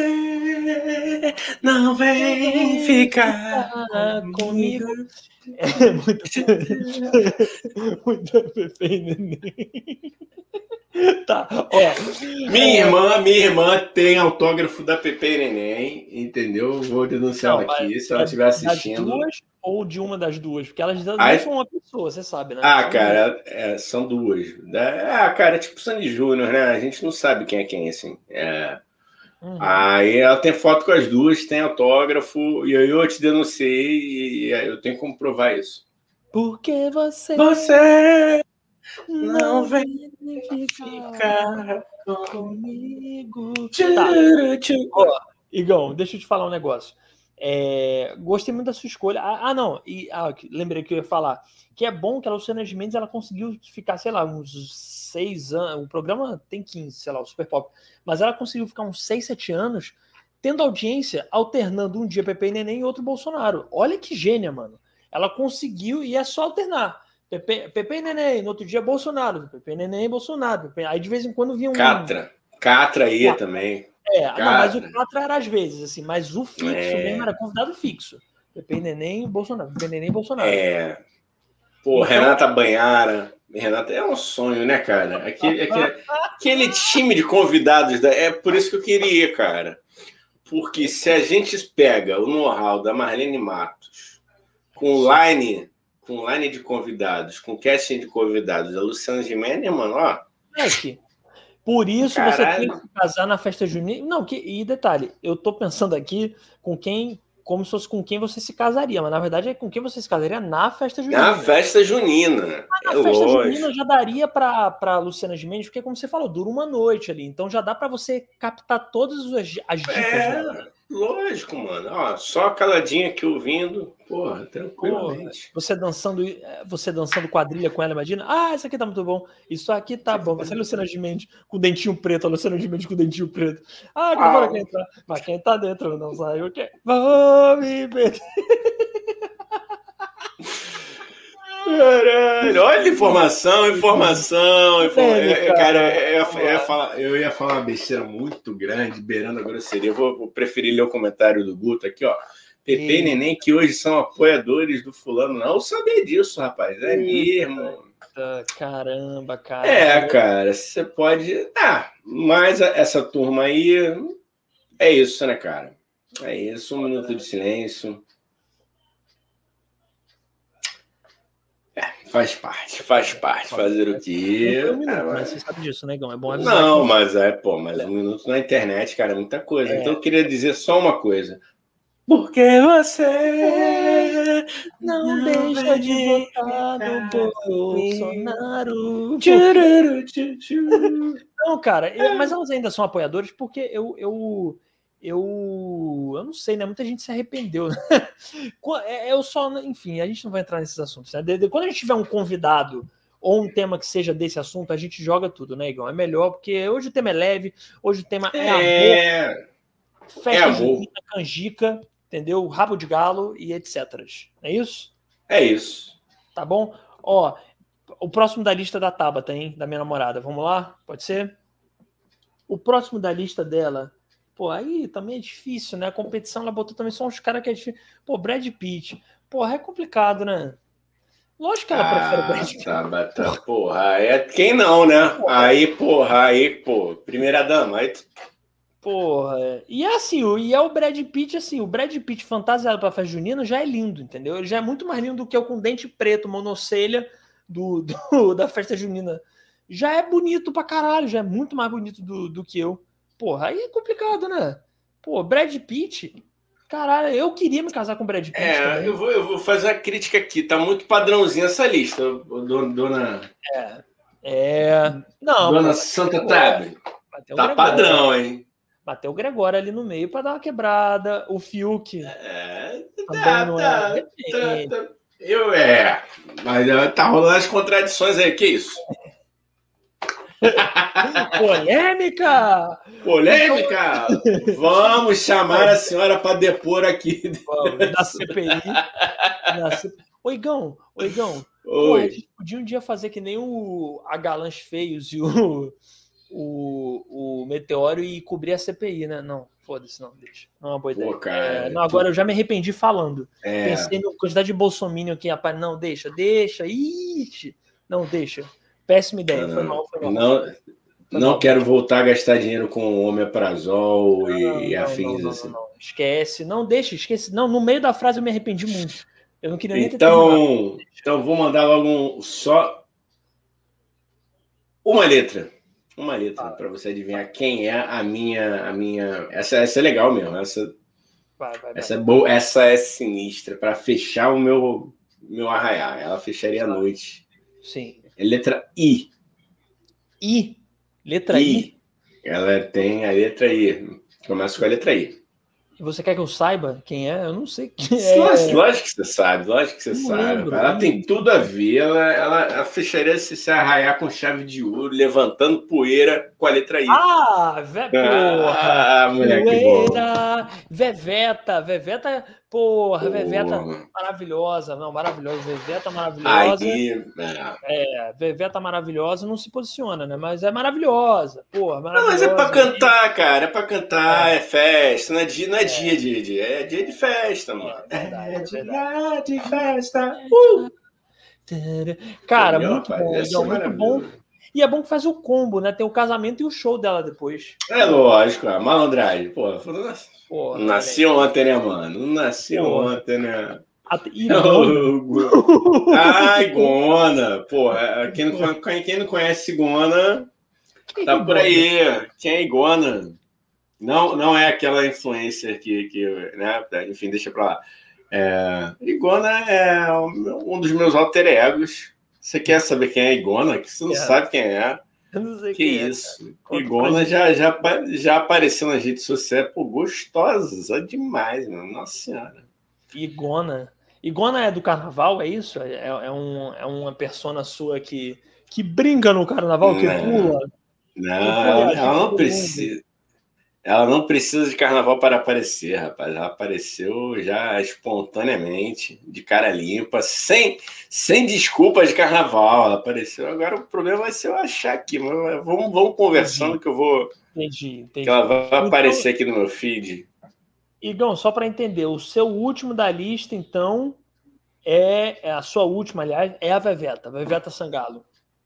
S1: você não vem ficar comigo.
S2: Muita Pepe e Neném. Tá,
S1: Minha irmã tem autógrafo da Pepe e Neném, entendeu? Vou denunciar ela aqui, se ela estiver assistindo.
S2: Das duas ou de uma das duas? Porque elas não são uma pessoa, você sabe, né?
S1: Cara, são duas. Cara, tipo Sandy Júnior, né? A gente não sabe quem é quem, assim. Aí ela tem foto com as duas, tem autógrafo, e eu te denunciei, e eu tenho como provar isso.
S2: Porque você
S1: não vem ficar comigo.
S2: Tá. Igão, deixa eu te falar um negócio. Gostei muito da sua escolha. Lembrei que eu ia falar. Que é bom que a Luciana Gimenez ela conseguiu ficar, sei lá, uns 6 anos. O programa tem 15, sei lá, o Super Pop. Mas ela conseguiu ficar uns 6, 7 anos tendo audiência, alternando um dia Pepe e Neném e outro Bolsonaro. Olha que gênia, mano. Ela conseguiu e é só alternar. Pepe e Neném, no outro dia Bolsonaro. Pepe e Neném e Bolsonaro. Aí de vez em quando vinha um...
S1: Catra ia também.
S2: Não, mas o 4 era às vezes, assim, mas o fixo mesmo era convidado fixo. Pepe Neném e Bolsonaro. Pepe Neném e Bolsonaro.
S1: Pô, então... Renata Banhara. Renata é um sonho, né, cara? Aquele time de convidados. É por isso que eu queria, cara. Porque se a gente pega o know-how da Marlene Matos com line de convidados, com casting de convidados da Luciana Gimenez, mano, ó.
S2: Por isso você tem que se casar na festa junina. Não, e detalhe, eu tô pensando aqui como se fosse com quem você se casaria, mas na verdade é com quem você se casaria na festa junina.
S1: Na festa junina.
S2: Mas na festa junina já daria para Luciana Gimenez, porque como você falou, dura uma noite ali, então já dá para você captar todas as dicas dela.
S1: Lógico, mano. Ó, só caladinha aqui ouvindo, porra, tranquilamente.
S2: Você dançando quadrilha com ela, imagina. Isso aqui tá muito bom. Isso aqui tá bom. Vai ser a Luciana Gimenez com dentinho preto, a Luciana Gimenez com dentinho preto. Agora quem tá? Mas quem tá dentro não sai o quê? Vou me perder.
S1: Caralho, olha informação. Cara, eu ia falar uma besteira muito grande, beirando a grosseria. Eu vou preferir ler o comentário do Guto aqui, ó. Pepe e Neném, que hoje são apoiadores do fulano. Não sabia disso, rapaz. É mesmo.
S2: Caramba, cara.
S1: Cara, você pode... mas essa turma aí... É isso, né, cara? É isso, 1 minuto de silêncio. Faz parte. Fazer o quê?
S2: Mas você sabe disso, né, Gão? É bom avisar.
S1: Não, mas 1 minuto na internet, cara, é muita coisa. Então eu queria dizer só uma coisa. Porque você
S2: não deixa de votar no Bolsonaro. Não, cara, mas elas ainda são apoiadores porque eu não sei, né? Muita gente se arrependeu. Enfim, a gente não vai entrar nesses assuntos, né? Quando a gente tiver um convidado ou um tema que seja desse assunto, a gente joga tudo, né, Igão? É melhor, porque hoje o tema é leve, hoje o tema é amor, festa junina, canjica, entendeu? Rabo de galo e etc. É isso?
S1: É isso.
S2: Tá bom? Ó, o próximo da lista da Tabata, hein? Da minha namorada. Vamos lá? Pode ser? O próximo da lista dela... Pô, aí também é difícil, né? A competição, ela botou também só uns caras que é difícil. Pô, Brad Pitt. Porra, é complicado, né? Lógico que ela prefere o Brad Pitt.
S1: Porra, quem não, né? Pô, primeira dama. Aí...
S2: Porra, e é assim, e é o Brad Pitt, assim, o Brad Pitt fantasiado pra festa junina já é lindo, entendeu? Ele já é muito mais lindo do que eu com dente preto, monocelha da festa junina. Já é bonito pra caralho, já é muito mais bonito do que eu. Porra, aí é complicado, né? Pô, Brad Pitt, caralho, eu queria me casar com Brad Pitt também.
S1: Eu vou fazer a crítica aqui, tá muito padrãozinho essa lista, dona...
S2: Não,
S1: dona Santa Tab. Tá padrão, hein?
S2: Bateu o Gregório ali no meio pra dar uma quebrada. O Fiuk.
S1: Mas tá rolando as contradições aí, que isso?
S2: Polêmica!
S1: Vamos chamar a senhora para depor aqui.
S2: Da CPI. Ô, Igão. Pô, a gente podia um dia fazer que nem a Galãs Feios e o Meteoro e cobrir a CPI, né? Não, foda-se, não, deixa. Não é uma boa ideia.
S1: Pô, cara,
S2: agora eu já me arrependi falando. Pensei na quantidade de bolsominion aqui, rapaz. Não, deixa. Ixi, não, deixa. Péssima ideia, foi mal.
S1: Não quero voltar a gastar dinheiro com omeprazol e afins assim.
S2: Não. Esquece. Não, esquece. Não, no meio da frase eu me arrependi muito. Eu não queria nem ter
S1: terminado. Então vou mandar logo só uma letra. Para você adivinhar quem é a minha. Essa é legal mesmo. Essa é boa, essa é sinistra para fechar o meu arraiar. Ela fecharia a noite.
S2: Sim.
S1: É letra I.
S2: Letra I?
S1: Ela tem a letra I. Começa com a letra I.
S2: E você quer que eu saiba quem é? Eu não sei quem é.
S1: Lógico que você sabe. Ela tem tudo a ver. Ela fecharia se arraiar com chave de ouro, levantando poeira com a letra I.
S2: Porra!
S1: Moleque bom.
S2: Veveta. Porra,
S1: Pô.
S2: Veveta maravilhosa. Não, maravilhosa. Veveta maravilhosa.
S1: Aí,
S2: Veveta maravilhosa não se posiciona, né? Mas é maravilhosa. Porra,
S1: não, mas é
S2: maravilhosa.
S1: pra cantar, cara. É pra cantar, é festa. Não é dia, é dia de festa, mano.
S2: É verdade.
S1: Dia de festa.
S2: Cara,
S1: Entendeu,
S2: muito
S1: rapaz?
S2: bom,
S1: Ia ser
S2: Igão, muito bom.
S1: maravilhoso.
S2: E é bom que faz o combo, né? Tem o casamento e o show dela depois.
S1: É lógico, a malandragem. Pô,
S2: Porra,
S1: nasci ontem, né, mano? Nasci
S2: Porra.
S1: ontem, né?
S2: Igona.
S1: Igona. Pô, quem não conhece Igona, tá por aí. Quem é Igona? Não é aquela influencer que né? Enfim, deixa pra lá. Igona é um dos meus alter egos. Você quer saber quem é Igona? Que você não sabe quem é.
S2: Eu não sei
S1: que
S2: quem
S1: isso. Igona já apareceu nas redes sociais. Pô, gostosa demais, mano. Nossa Senhora.
S2: Igona. Igona é do carnaval, é isso? É uma persona sua que brinca no carnaval, que pula?
S1: Não, ela não precisa. Ela não precisa de carnaval para aparecer, rapaz. Ela apareceu já espontaneamente, de cara limpa, sem desculpa de carnaval. Ela apareceu. Agora o problema vai ser eu achar aqui. Mas vamos conversando que eu vou.
S2: Entendi.
S1: Que ela vai aparecer aqui no meu feed.
S2: Igão, só para entender, o seu último da lista, então, é a sua última, aliás, é a Veveta Sangalo.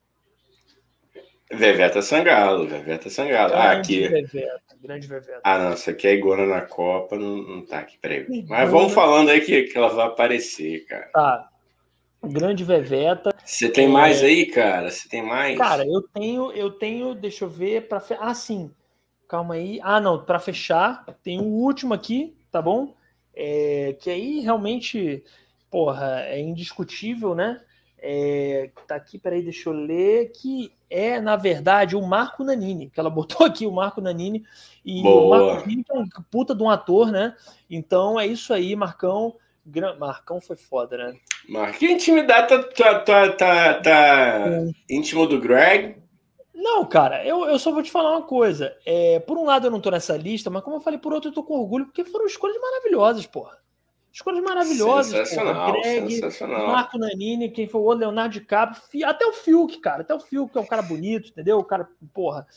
S1: Veveta Sangalo. Aqui.
S2: Grande Veveta.
S1: Ah, não, isso aqui é Igona na Copa, não tá aqui, peraí. Mas vamos falando aí que ela vai aparecer, cara.
S2: Tá. Grande Veveta.
S1: Você tem mais aí, cara? Você tem mais?
S2: Cara, eu tenho, deixa eu ver, sim. Calma aí. Ah, não, para fechar, tem o último aqui, tá bom? Que aí realmente, porra, é indiscutível, né? Tá aqui, peraí, deixa eu ler, que é, na verdade, o Marco Nanini, que ela botou aqui, o Marco Nanini, e
S1: Boa.
S2: o Marco Nanini é um puta de um ator, né? Então é isso aí, Marcão. Marcão foi foda, né?
S1: Que intimidade tá íntimo do Greg?
S2: Não, cara, eu só vou te falar uma coisa. Por um lado eu não tô nessa lista, mas como eu falei, por outro eu tô com orgulho, porque foram escolhas maravilhosas, porra. Escolhas maravilhosas.
S1: Sensacional,
S2: porra. Greg,
S1: sensacional.
S2: Marco Nanini, quem foi o outro, Leonardo DiCaprio, até o Fiuk, cara. Até o Fiuk, que é um cara bonito, entendeu? O cara, porra.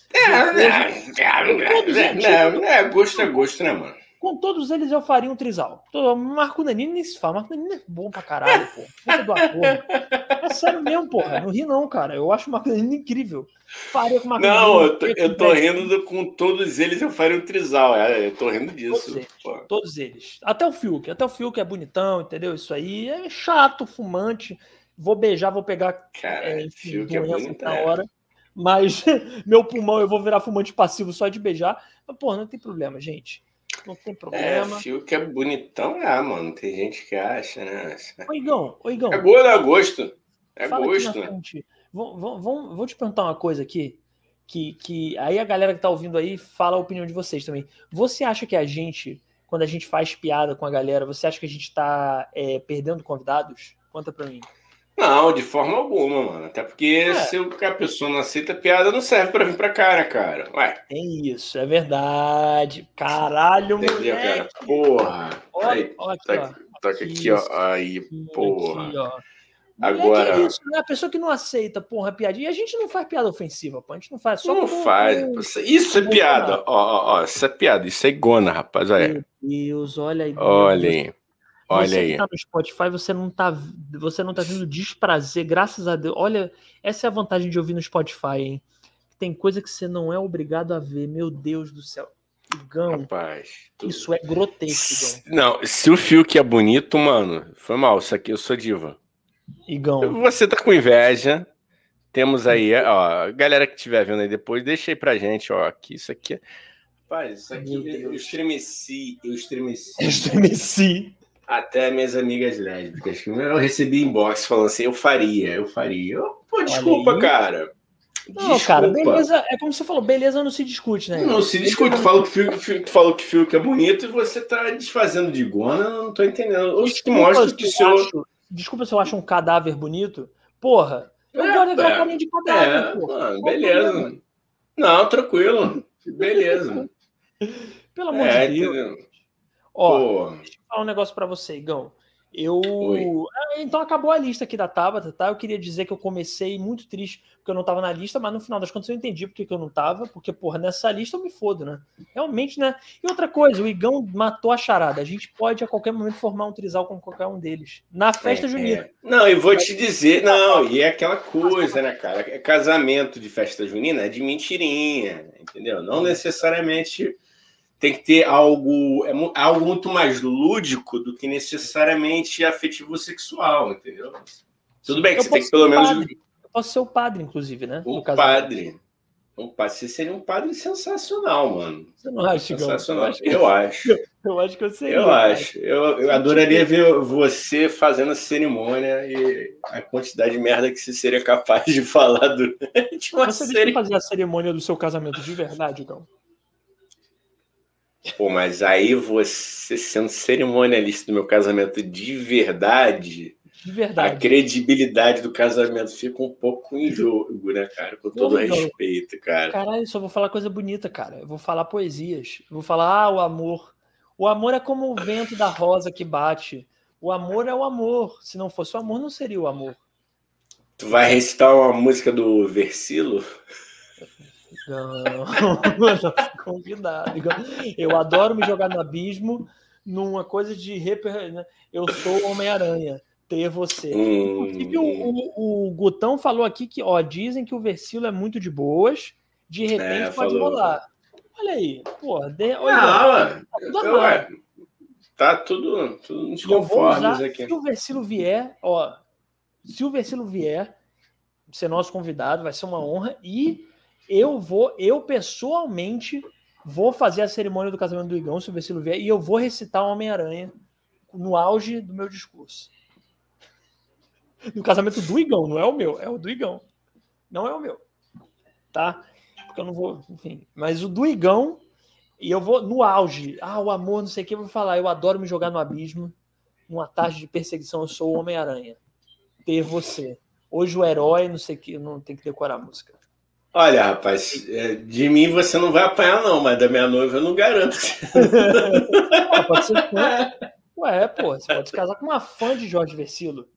S1: Gosto é gosto, né, mano?
S2: Com todos eles eu faria um trisal. Marco Nanini nem se fala. Marco Nanini é bom pra caralho, porra. Puta do ator. É sério mesmo, porra. Não ri não, cara. Eu acho o Marco Nanini incrível. Faria com o Marco
S1: Nanini. Não, eu tô rindo com todos eles, eu faria um trisal. Eu tô rindo disso.
S2: Todos eles. Até o Fiuk é bonitão, entendeu? Isso aí é chato, fumante. Vou beijar, vou pegar
S1: Fiuk é bonito,
S2: na hora. Mas meu pulmão eu vou virar fumante passivo só de beijar. Mas, porra, não tem problema, gente. Não tem problema.
S1: Fiuk é bonitão, mano. Tem gente que acha, né?
S2: Ô, Igão.
S1: É gosto. É gosto.
S2: Vou te perguntar uma coisa aqui. Que aí a galera que tá ouvindo aí fala a opinião de vocês também. Você acha que a gente, quando a gente faz piada com a galera, você acha que a gente tá perdendo convidados? Conta pra mim.
S1: Não, de forma alguma, mano. Até porque se a pessoa não aceita piada, não serve pra vir pra cá, né, cara? Ué.
S2: Tem isso, é verdade. Caralho,
S1: entendeu,
S2: moleque.
S1: Cara? Porra.
S2: Olha
S1: toca aqui, ó. Aí, porra.
S2: Aqui, ó.
S1: Agora.
S2: É isso, né? A pessoa que não aceita, porra, piadinha. E a gente não faz piada ofensiva, pô. A gente não faz. Só
S1: não faz. Isso é piada. Ó, isso é piada. Isso é Igona, rapaz. Olha.
S2: Meu Deus, olha aí.
S1: Olha aí.
S2: Você que tá no Spotify, você não tá vendo desprazer, graças a Deus. Olha, essa é a vantagem de ouvir no Spotify, hein? Tem coisa que você não é obrigado a ver. Meu Deus do céu. Igão,
S1: rapaz,
S2: isso é grotesco,
S1: Igão. Não, se o Fiuk é bonito, mano, foi mal. Isso aqui eu sou diva.
S2: Igão.
S1: Você tá com inveja. Temos aí, ó, galera que estiver vendo aí depois, deixa aí pra gente, ó. Aqui, isso aqui. Rapaz, isso aqui eu estremeci. Até minhas amigas lésbicas. Eu recebi inbox falando assim, eu faria. Pô, desculpa, cara.
S2: Não, desculpa. Cara, beleza, é como você falou, beleza não se discute, né?
S1: Não se discute. Tu falou que o Fiuk é bonito e você tá desfazendo de Igona, eu não tô entendendo.
S2: Desculpa se eu acho um cadáver bonito. Porra, eu gosto de carinha de cadáver,
S1: mano, beleza. Não, tranquilo. Beleza.
S2: Pelo amor de Deus.
S1: Entendeu? Ó,
S2: falar um negócio pra você, Igão.
S1: Oi.
S2: Então acabou a lista aqui da Tabata, tá? Eu queria dizer que eu comecei muito triste porque eu não tava na lista, mas no final das contas eu entendi porque que eu não tava, porque, porra, nessa lista eu me fodo, né? Realmente, né? E outra coisa, o Igão matou a charada. A gente pode a qualquer momento formar um trisal com qualquer um deles. Na festa junina.
S1: Não, e vou te dizer, não, e é aquela coisa, né, cara? Casamento de festa junina é de mentirinha, entendeu? Não necessariamente tem que ter algo, algo muito mais lúdico do que necessariamente afetivo sexual, entendeu? Tudo bem que você tem que pelo menos.
S2: Eu posso ser o padre, inclusive, né?
S1: Um padre. Você seria um padre sensacional, mano.
S2: Você não acha,
S1: sensacional? Eu acho.
S2: Eu acho que eu seria.
S1: Eu acho. Eu adoraria ver você fazendo a cerimônia e a quantidade de merda que você seria capaz de falar durante uma
S2: Você deixa eu fazer a cerimônia do seu casamento de verdade, Igão?
S1: Pô, mas aí você sendo cerimonialista do meu casamento de verdade, a credibilidade do casamento fica um pouco em jogo, né, cara? Com todo respeito, cara.
S2: Caralho, eu só vou falar coisa bonita, cara. Eu vou falar poesias. Eu vou falar, o amor. O amor é como o vento da rosa que bate. O amor é o amor. Se não fosse o amor, não seria o amor.
S1: Tu vai recitar uma música do Versilo?
S2: Não, convidado. Eu adoro me jogar no abismo numa coisa de eu sou o Homem-Aranha, ter você. Inclusive, o Gutão falou aqui que, ó, dizem que o Versilo é muito de boas, de repente pode rolar. Olha aí, porra.
S1: Tá tudo nos conformes aqui.
S2: Se o Versilo vier, ó, ser nosso convidado, vai ser uma honra. E eu pessoalmente vou fazer a cerimônia do casamento do Igão, se o Versilo vier, e eu vou recitar o Homem-Aranha no auge do meu discurso. No casamento do Igão, não é o meu, é o do Igão. Não é o meu. Tá? Porque eu não vou, enfim. Mas o do Igão, e eu vou no auge. O amor, não sei o que, eu vou falar. Eu adoro me jogar no abismo. Numa tarde de perseguição, eu sou o Homem-Aranha. Ter você. Hoje o herói, não sei o que, não tem que decorar a música.
S1: Olha, rapaz, de mim você não vai apanhar, não, mas da minha noiva eu não garanto.
S2: Pode ser fã. Ué, pô, você pode se casar com uma fã de Jorge Versilo.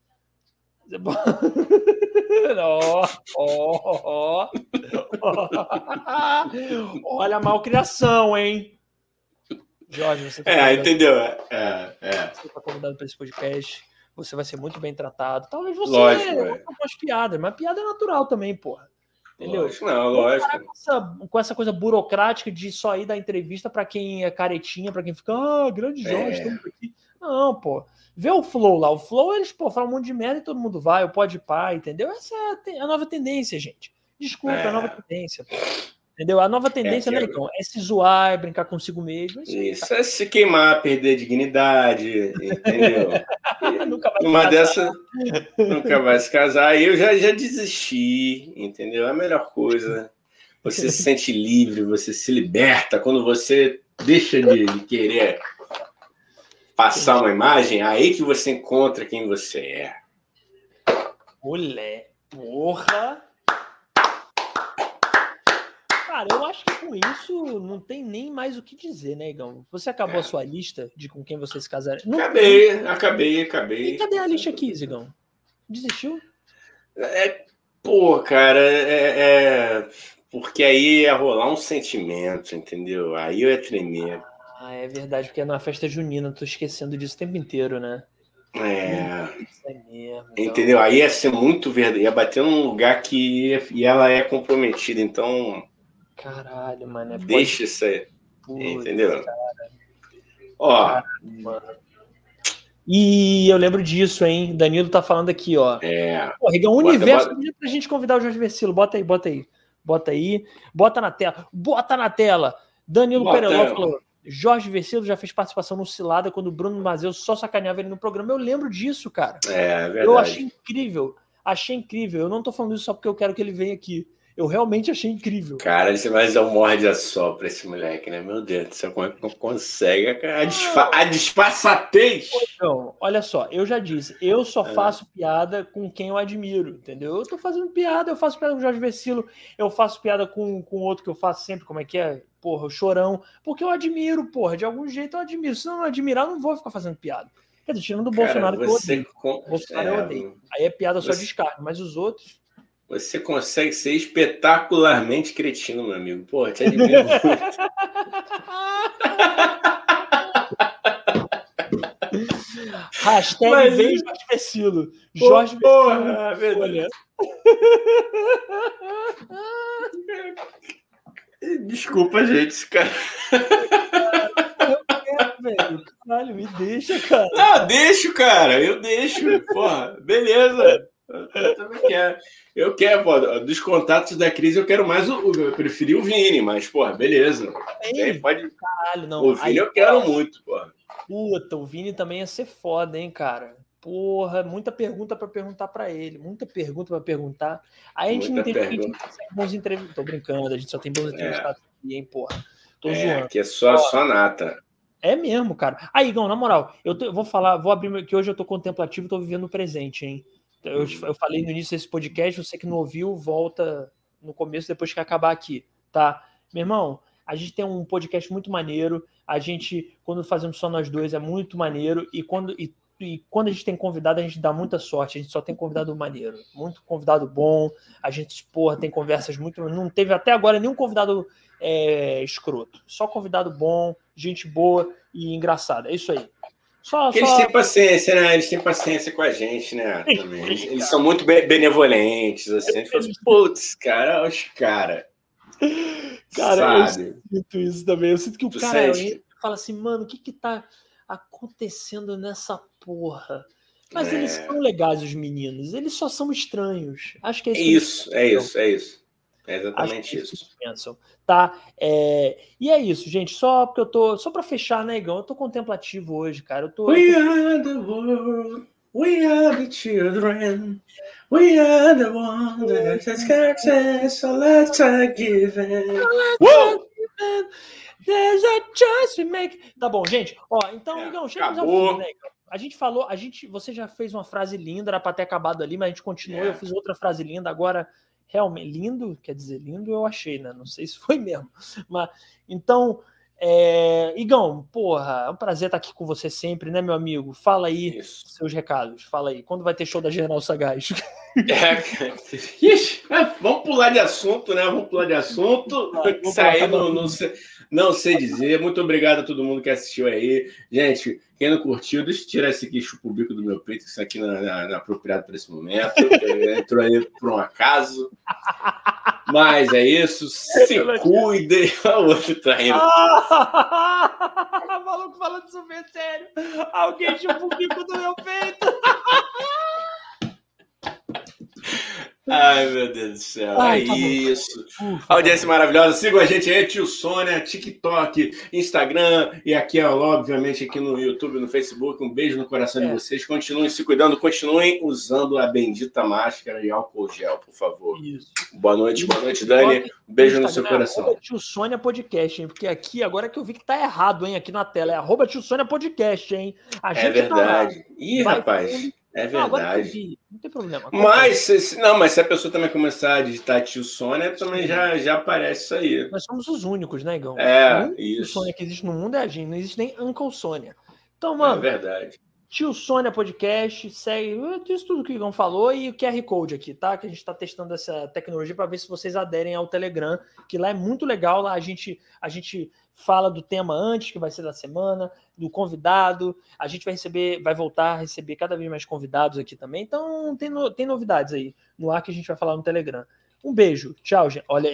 S2: Olha a malcriação, hein? Jorge, você tá
S1: entendeu?
S2: Você tá convidado para esse podcast. Você vai ser muito bem tratado. Talvez você com as piadas, mas piada é natural também, porra. Entendeu?
S1: Lógico.
S2: Com essa coisa burocrática de só ir dar entrevista para quem é caretinha, para quem fica, grande Jorge, estamos aqui. Não, pô. Vê o Flow lá. O Flow, eles, falam um monte de merda e todo mundo vai. O Podpah, entendeu? Essa é a nova tendência, gente. Desculpa, é a nova tendência, pô. Entendeu? A nova tendência, né, então? É se zoar, é brincar consigo mesmo.
S1: Isso é se queimar, perder dignidade, entendeu? Nunca vai se casar. Eu já desisti, entendeu? É a melhor coisa. Você se sente livre, você se liberta. Quando você deixa de querer passar uma imagem, aí que você encontra quem você é.
S2: Olé, porra! Cara, eu acho que com isso não tem nem mais o que dizer, né, Igão? Você acabou a sua lista de com quem você se casar?
S1: Acabei.
S2: E cadê a lista aqui, Igão? Desistiu?
S1: Cara, porque aí ia rolar um sentimento, entendeu? Aí eu ia tremer.
S2: É verdade, porque é numa festa junina, tô esquecendo disso o tempo inteiro, né? Isso é mesmo, então.
S1: Entendeu? Aí ia ser muito verdade, ia bater num lugar que ela é comprometida, então.
S2: Caralho, mano.
S1: Deixa isso aí. Entendeu? Ó.
S2: Caralho, e eu lembro disso, hein? Danilo tá falando aqui, ó. Pô, Rigão, universo pra gente convidar o Jorge Versilo. Bota aí. Bota na tela. Danilo Pereló falou: Jorge Versilo já fez participação no Cilada quando o Bruno Mazeu só sacaneava ele no programa. Eu lembro disso, cara.
S1: É verdade.
S2: Eu achei incrível. Eu não tô falando isso só porque eu quero que ele venha aqui. Eu realmente achei incrível.
S1: Cara, você vai dar um morde a só pra esse moleque, né? Meu Deus do céu, como é que não consegue? A disfarçatez!
S2: Então, olha só, eu já disse, eu só faço piada com quem eu admiro, entendeu? Eu tô fazendo piada, eu faço piada com o Jorge Versilo, eu faço piada com outro que eu faço sempre, como é que é? porra, o Chorão, porque eu admiro, porra, de algum jeito eu admiro. Se eu não admirar, eu não vou ficar fazendo piada. Quer dizer, tirando do Bolsonaro que eu odeio. Bolsonaro eu odeio. Aí é piada só de escárnio, mas os outros...
S1: Você consegue ser espetacularmente cretino, meu amigo. Porra, te admiro muito.
S2: Hashtag vem Jorge Vecilo. Jorge Vecilo. Olha.
S1: Desculpa, gente, cara.
S2: Eu quero, velho. Caralho, me deixa, cara.
S1: Não, deixo, cara. Eu deixo. Porra, beleza. Eu também quero. Eu quero, pô, dos contatos da crise, eu quero mais eu preferi o Vini, mas, porra, beleza. Aí pode...
S2: Caralho, não.
S1: O Vini aí, eu quero muito, porra.
S2: Puta, o Vini também ia ser foda, hein, cara. Porra, muita pergunta pra perguntar pra ele. Muita pergunta pra perguntar. Aí a gente não tem bons entrevistados. Tô brincando, a gente só tem bons entrevistados aqui, hein, porra. Tô zoando.
S1: Aqui é só nata.
S2: É mesmo, cara. Aí, Igão, na moral, eu vou abrir, que hoje eu tô contemplativo, tô vivendo o presente, hein. Eu falei no início desse podcast, você que não ouviu, volta no começo, depois que acabar aqui, tá? Meu irmão, a gente tem um podcast muito maneiro, a gente, quando fazemos só nós dois, é muito maneiro, e quando a gente tem convidado, a gente dá muita sorte, a gente só tem convidado maneiro, muito convidado bom, a gente, porra, tem conversas muito... Não teve até agora nenhum convidado escroto, só convidado bom, gente boa e engraçada, é isso aí.
S1: Eles têm paciência, né? Eles têm paciência com a gente, né? Também. Eles são muito benevolentes, assim. A gente fala assim, putz, cara, os caras.
S2: Cara, sabe? Eu sinto isso também. Eu sinto que o cara fala assim, mano, o que tá acontecendo nessa porra? Mas eles são legais, os meninos. Eles só são estranhos. Acho que é isso.
S1: É isso. É exatamente isso.
S2: Pensam, tá? E é isso, gente. Só porque eu tô. Só pra fechar, né, Igão? Eu tô contemplativo hoje, cara.
S1: We are the world. We are the children. We are the one that has success. So let's give it.
S2: There's a choice we make. Tá bom, gente. Ó, então, Igão, chegamos ao fim, né, Igão? A gente falou, você já fez uma frase linda, era pra ter acabado ali, mas a gente continuou. Eu fiz outra frase linda agora. Realmente, lindo, quer dizer, lindo eu achei, né? Não sei se foi mesmo. Mas, então, Igão, porra, é um prazer estar aqui com você sempre, né, meu amigo? Fala aí seus recados, fala aí. Quando vai ter show da General Sagaz?
S1: Vamos pular de assunto, né? Isso aí não sei dizer. Muito obrigado a todo mundo que assistiu aí. Gente, quem não curtiu, deixa eu tirar esse aqui chupubico do meu peito, que isso aqui não é apropriado para esse momento. Entrou aí por um acaso. Mas é isso. Se cuidem. O outro traindo.
S2: Maluco falando super sério. Alguém chupa o bico do meu peito.
S1: Ai, meu Deus do céu. Tá isso. Audiência maravilhosa. Sigam a gente aí, Tio Sônia, TikTok, Instagram e aqui, obviamente, aqui no YouTube, no Facebook. Um beijo no coração de vocês. Continuem se cuidando, continuem usando a bendita máscara e álcool gel, por favor. Isso. Boa noite, Dani. Um beijo no seu coração.
S2: Tio Sônia Podcast, hein? Porque aqui, agora que eu vi que tá errado, hein? Aqui na tela, é @Tio Sônia Podcast, hein?
S1: Verdade. Ih, rapaz. É verdade.
S2: Não tem problema.
S1: Mas se a pessoa também começar a digitar Tio Sônia, também já aparece isso aí.
S2: Nós somos os únicos, né, Igão?
S1: Isso.
S2: Tio Sônia que existe no mundo é a gente, não existe nem Uncle Sônia. Então, mano.
S1: É verdade.
S2: Tio Sônia Podcast, segue isso tudo que o Igão falou e o QR Code aqui, tá? Que a gente está testando essa tecnologia para ver se vocês aderem ao Telegram, que lá é muito legal. Lá a gente fala do tema antes, que vai ser da semana, do convidado. A gente vai voltar a receber cada vez mais convidados aqui também. Então tem novidades aí no ar que a gente vai falar no Telegram. Um beijo. Tchau, gente. Olha aí.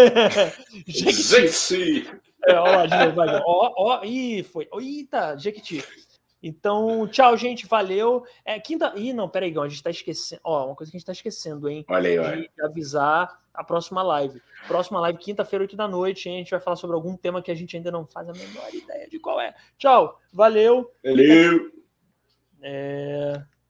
S1: Jequiti.
S2: Olha lá de novo, vai. Ih, foi. Eita, Jequiti. Então, tchau, gente, valeu. Quinta... não, peraí, Igão, a gente tá esquecendo. Uma coisa que a gente tá esquecendo, hein?
S1: Olha aí, olha.
S2: De avisar a próxima live. Próxima live, quinta-feira, 8 da noite, hein? A gente vai falar sobre algum tema que a gente ainda não faz a menor ideia de qual é. Tchau, valeu.
S1: Valeu.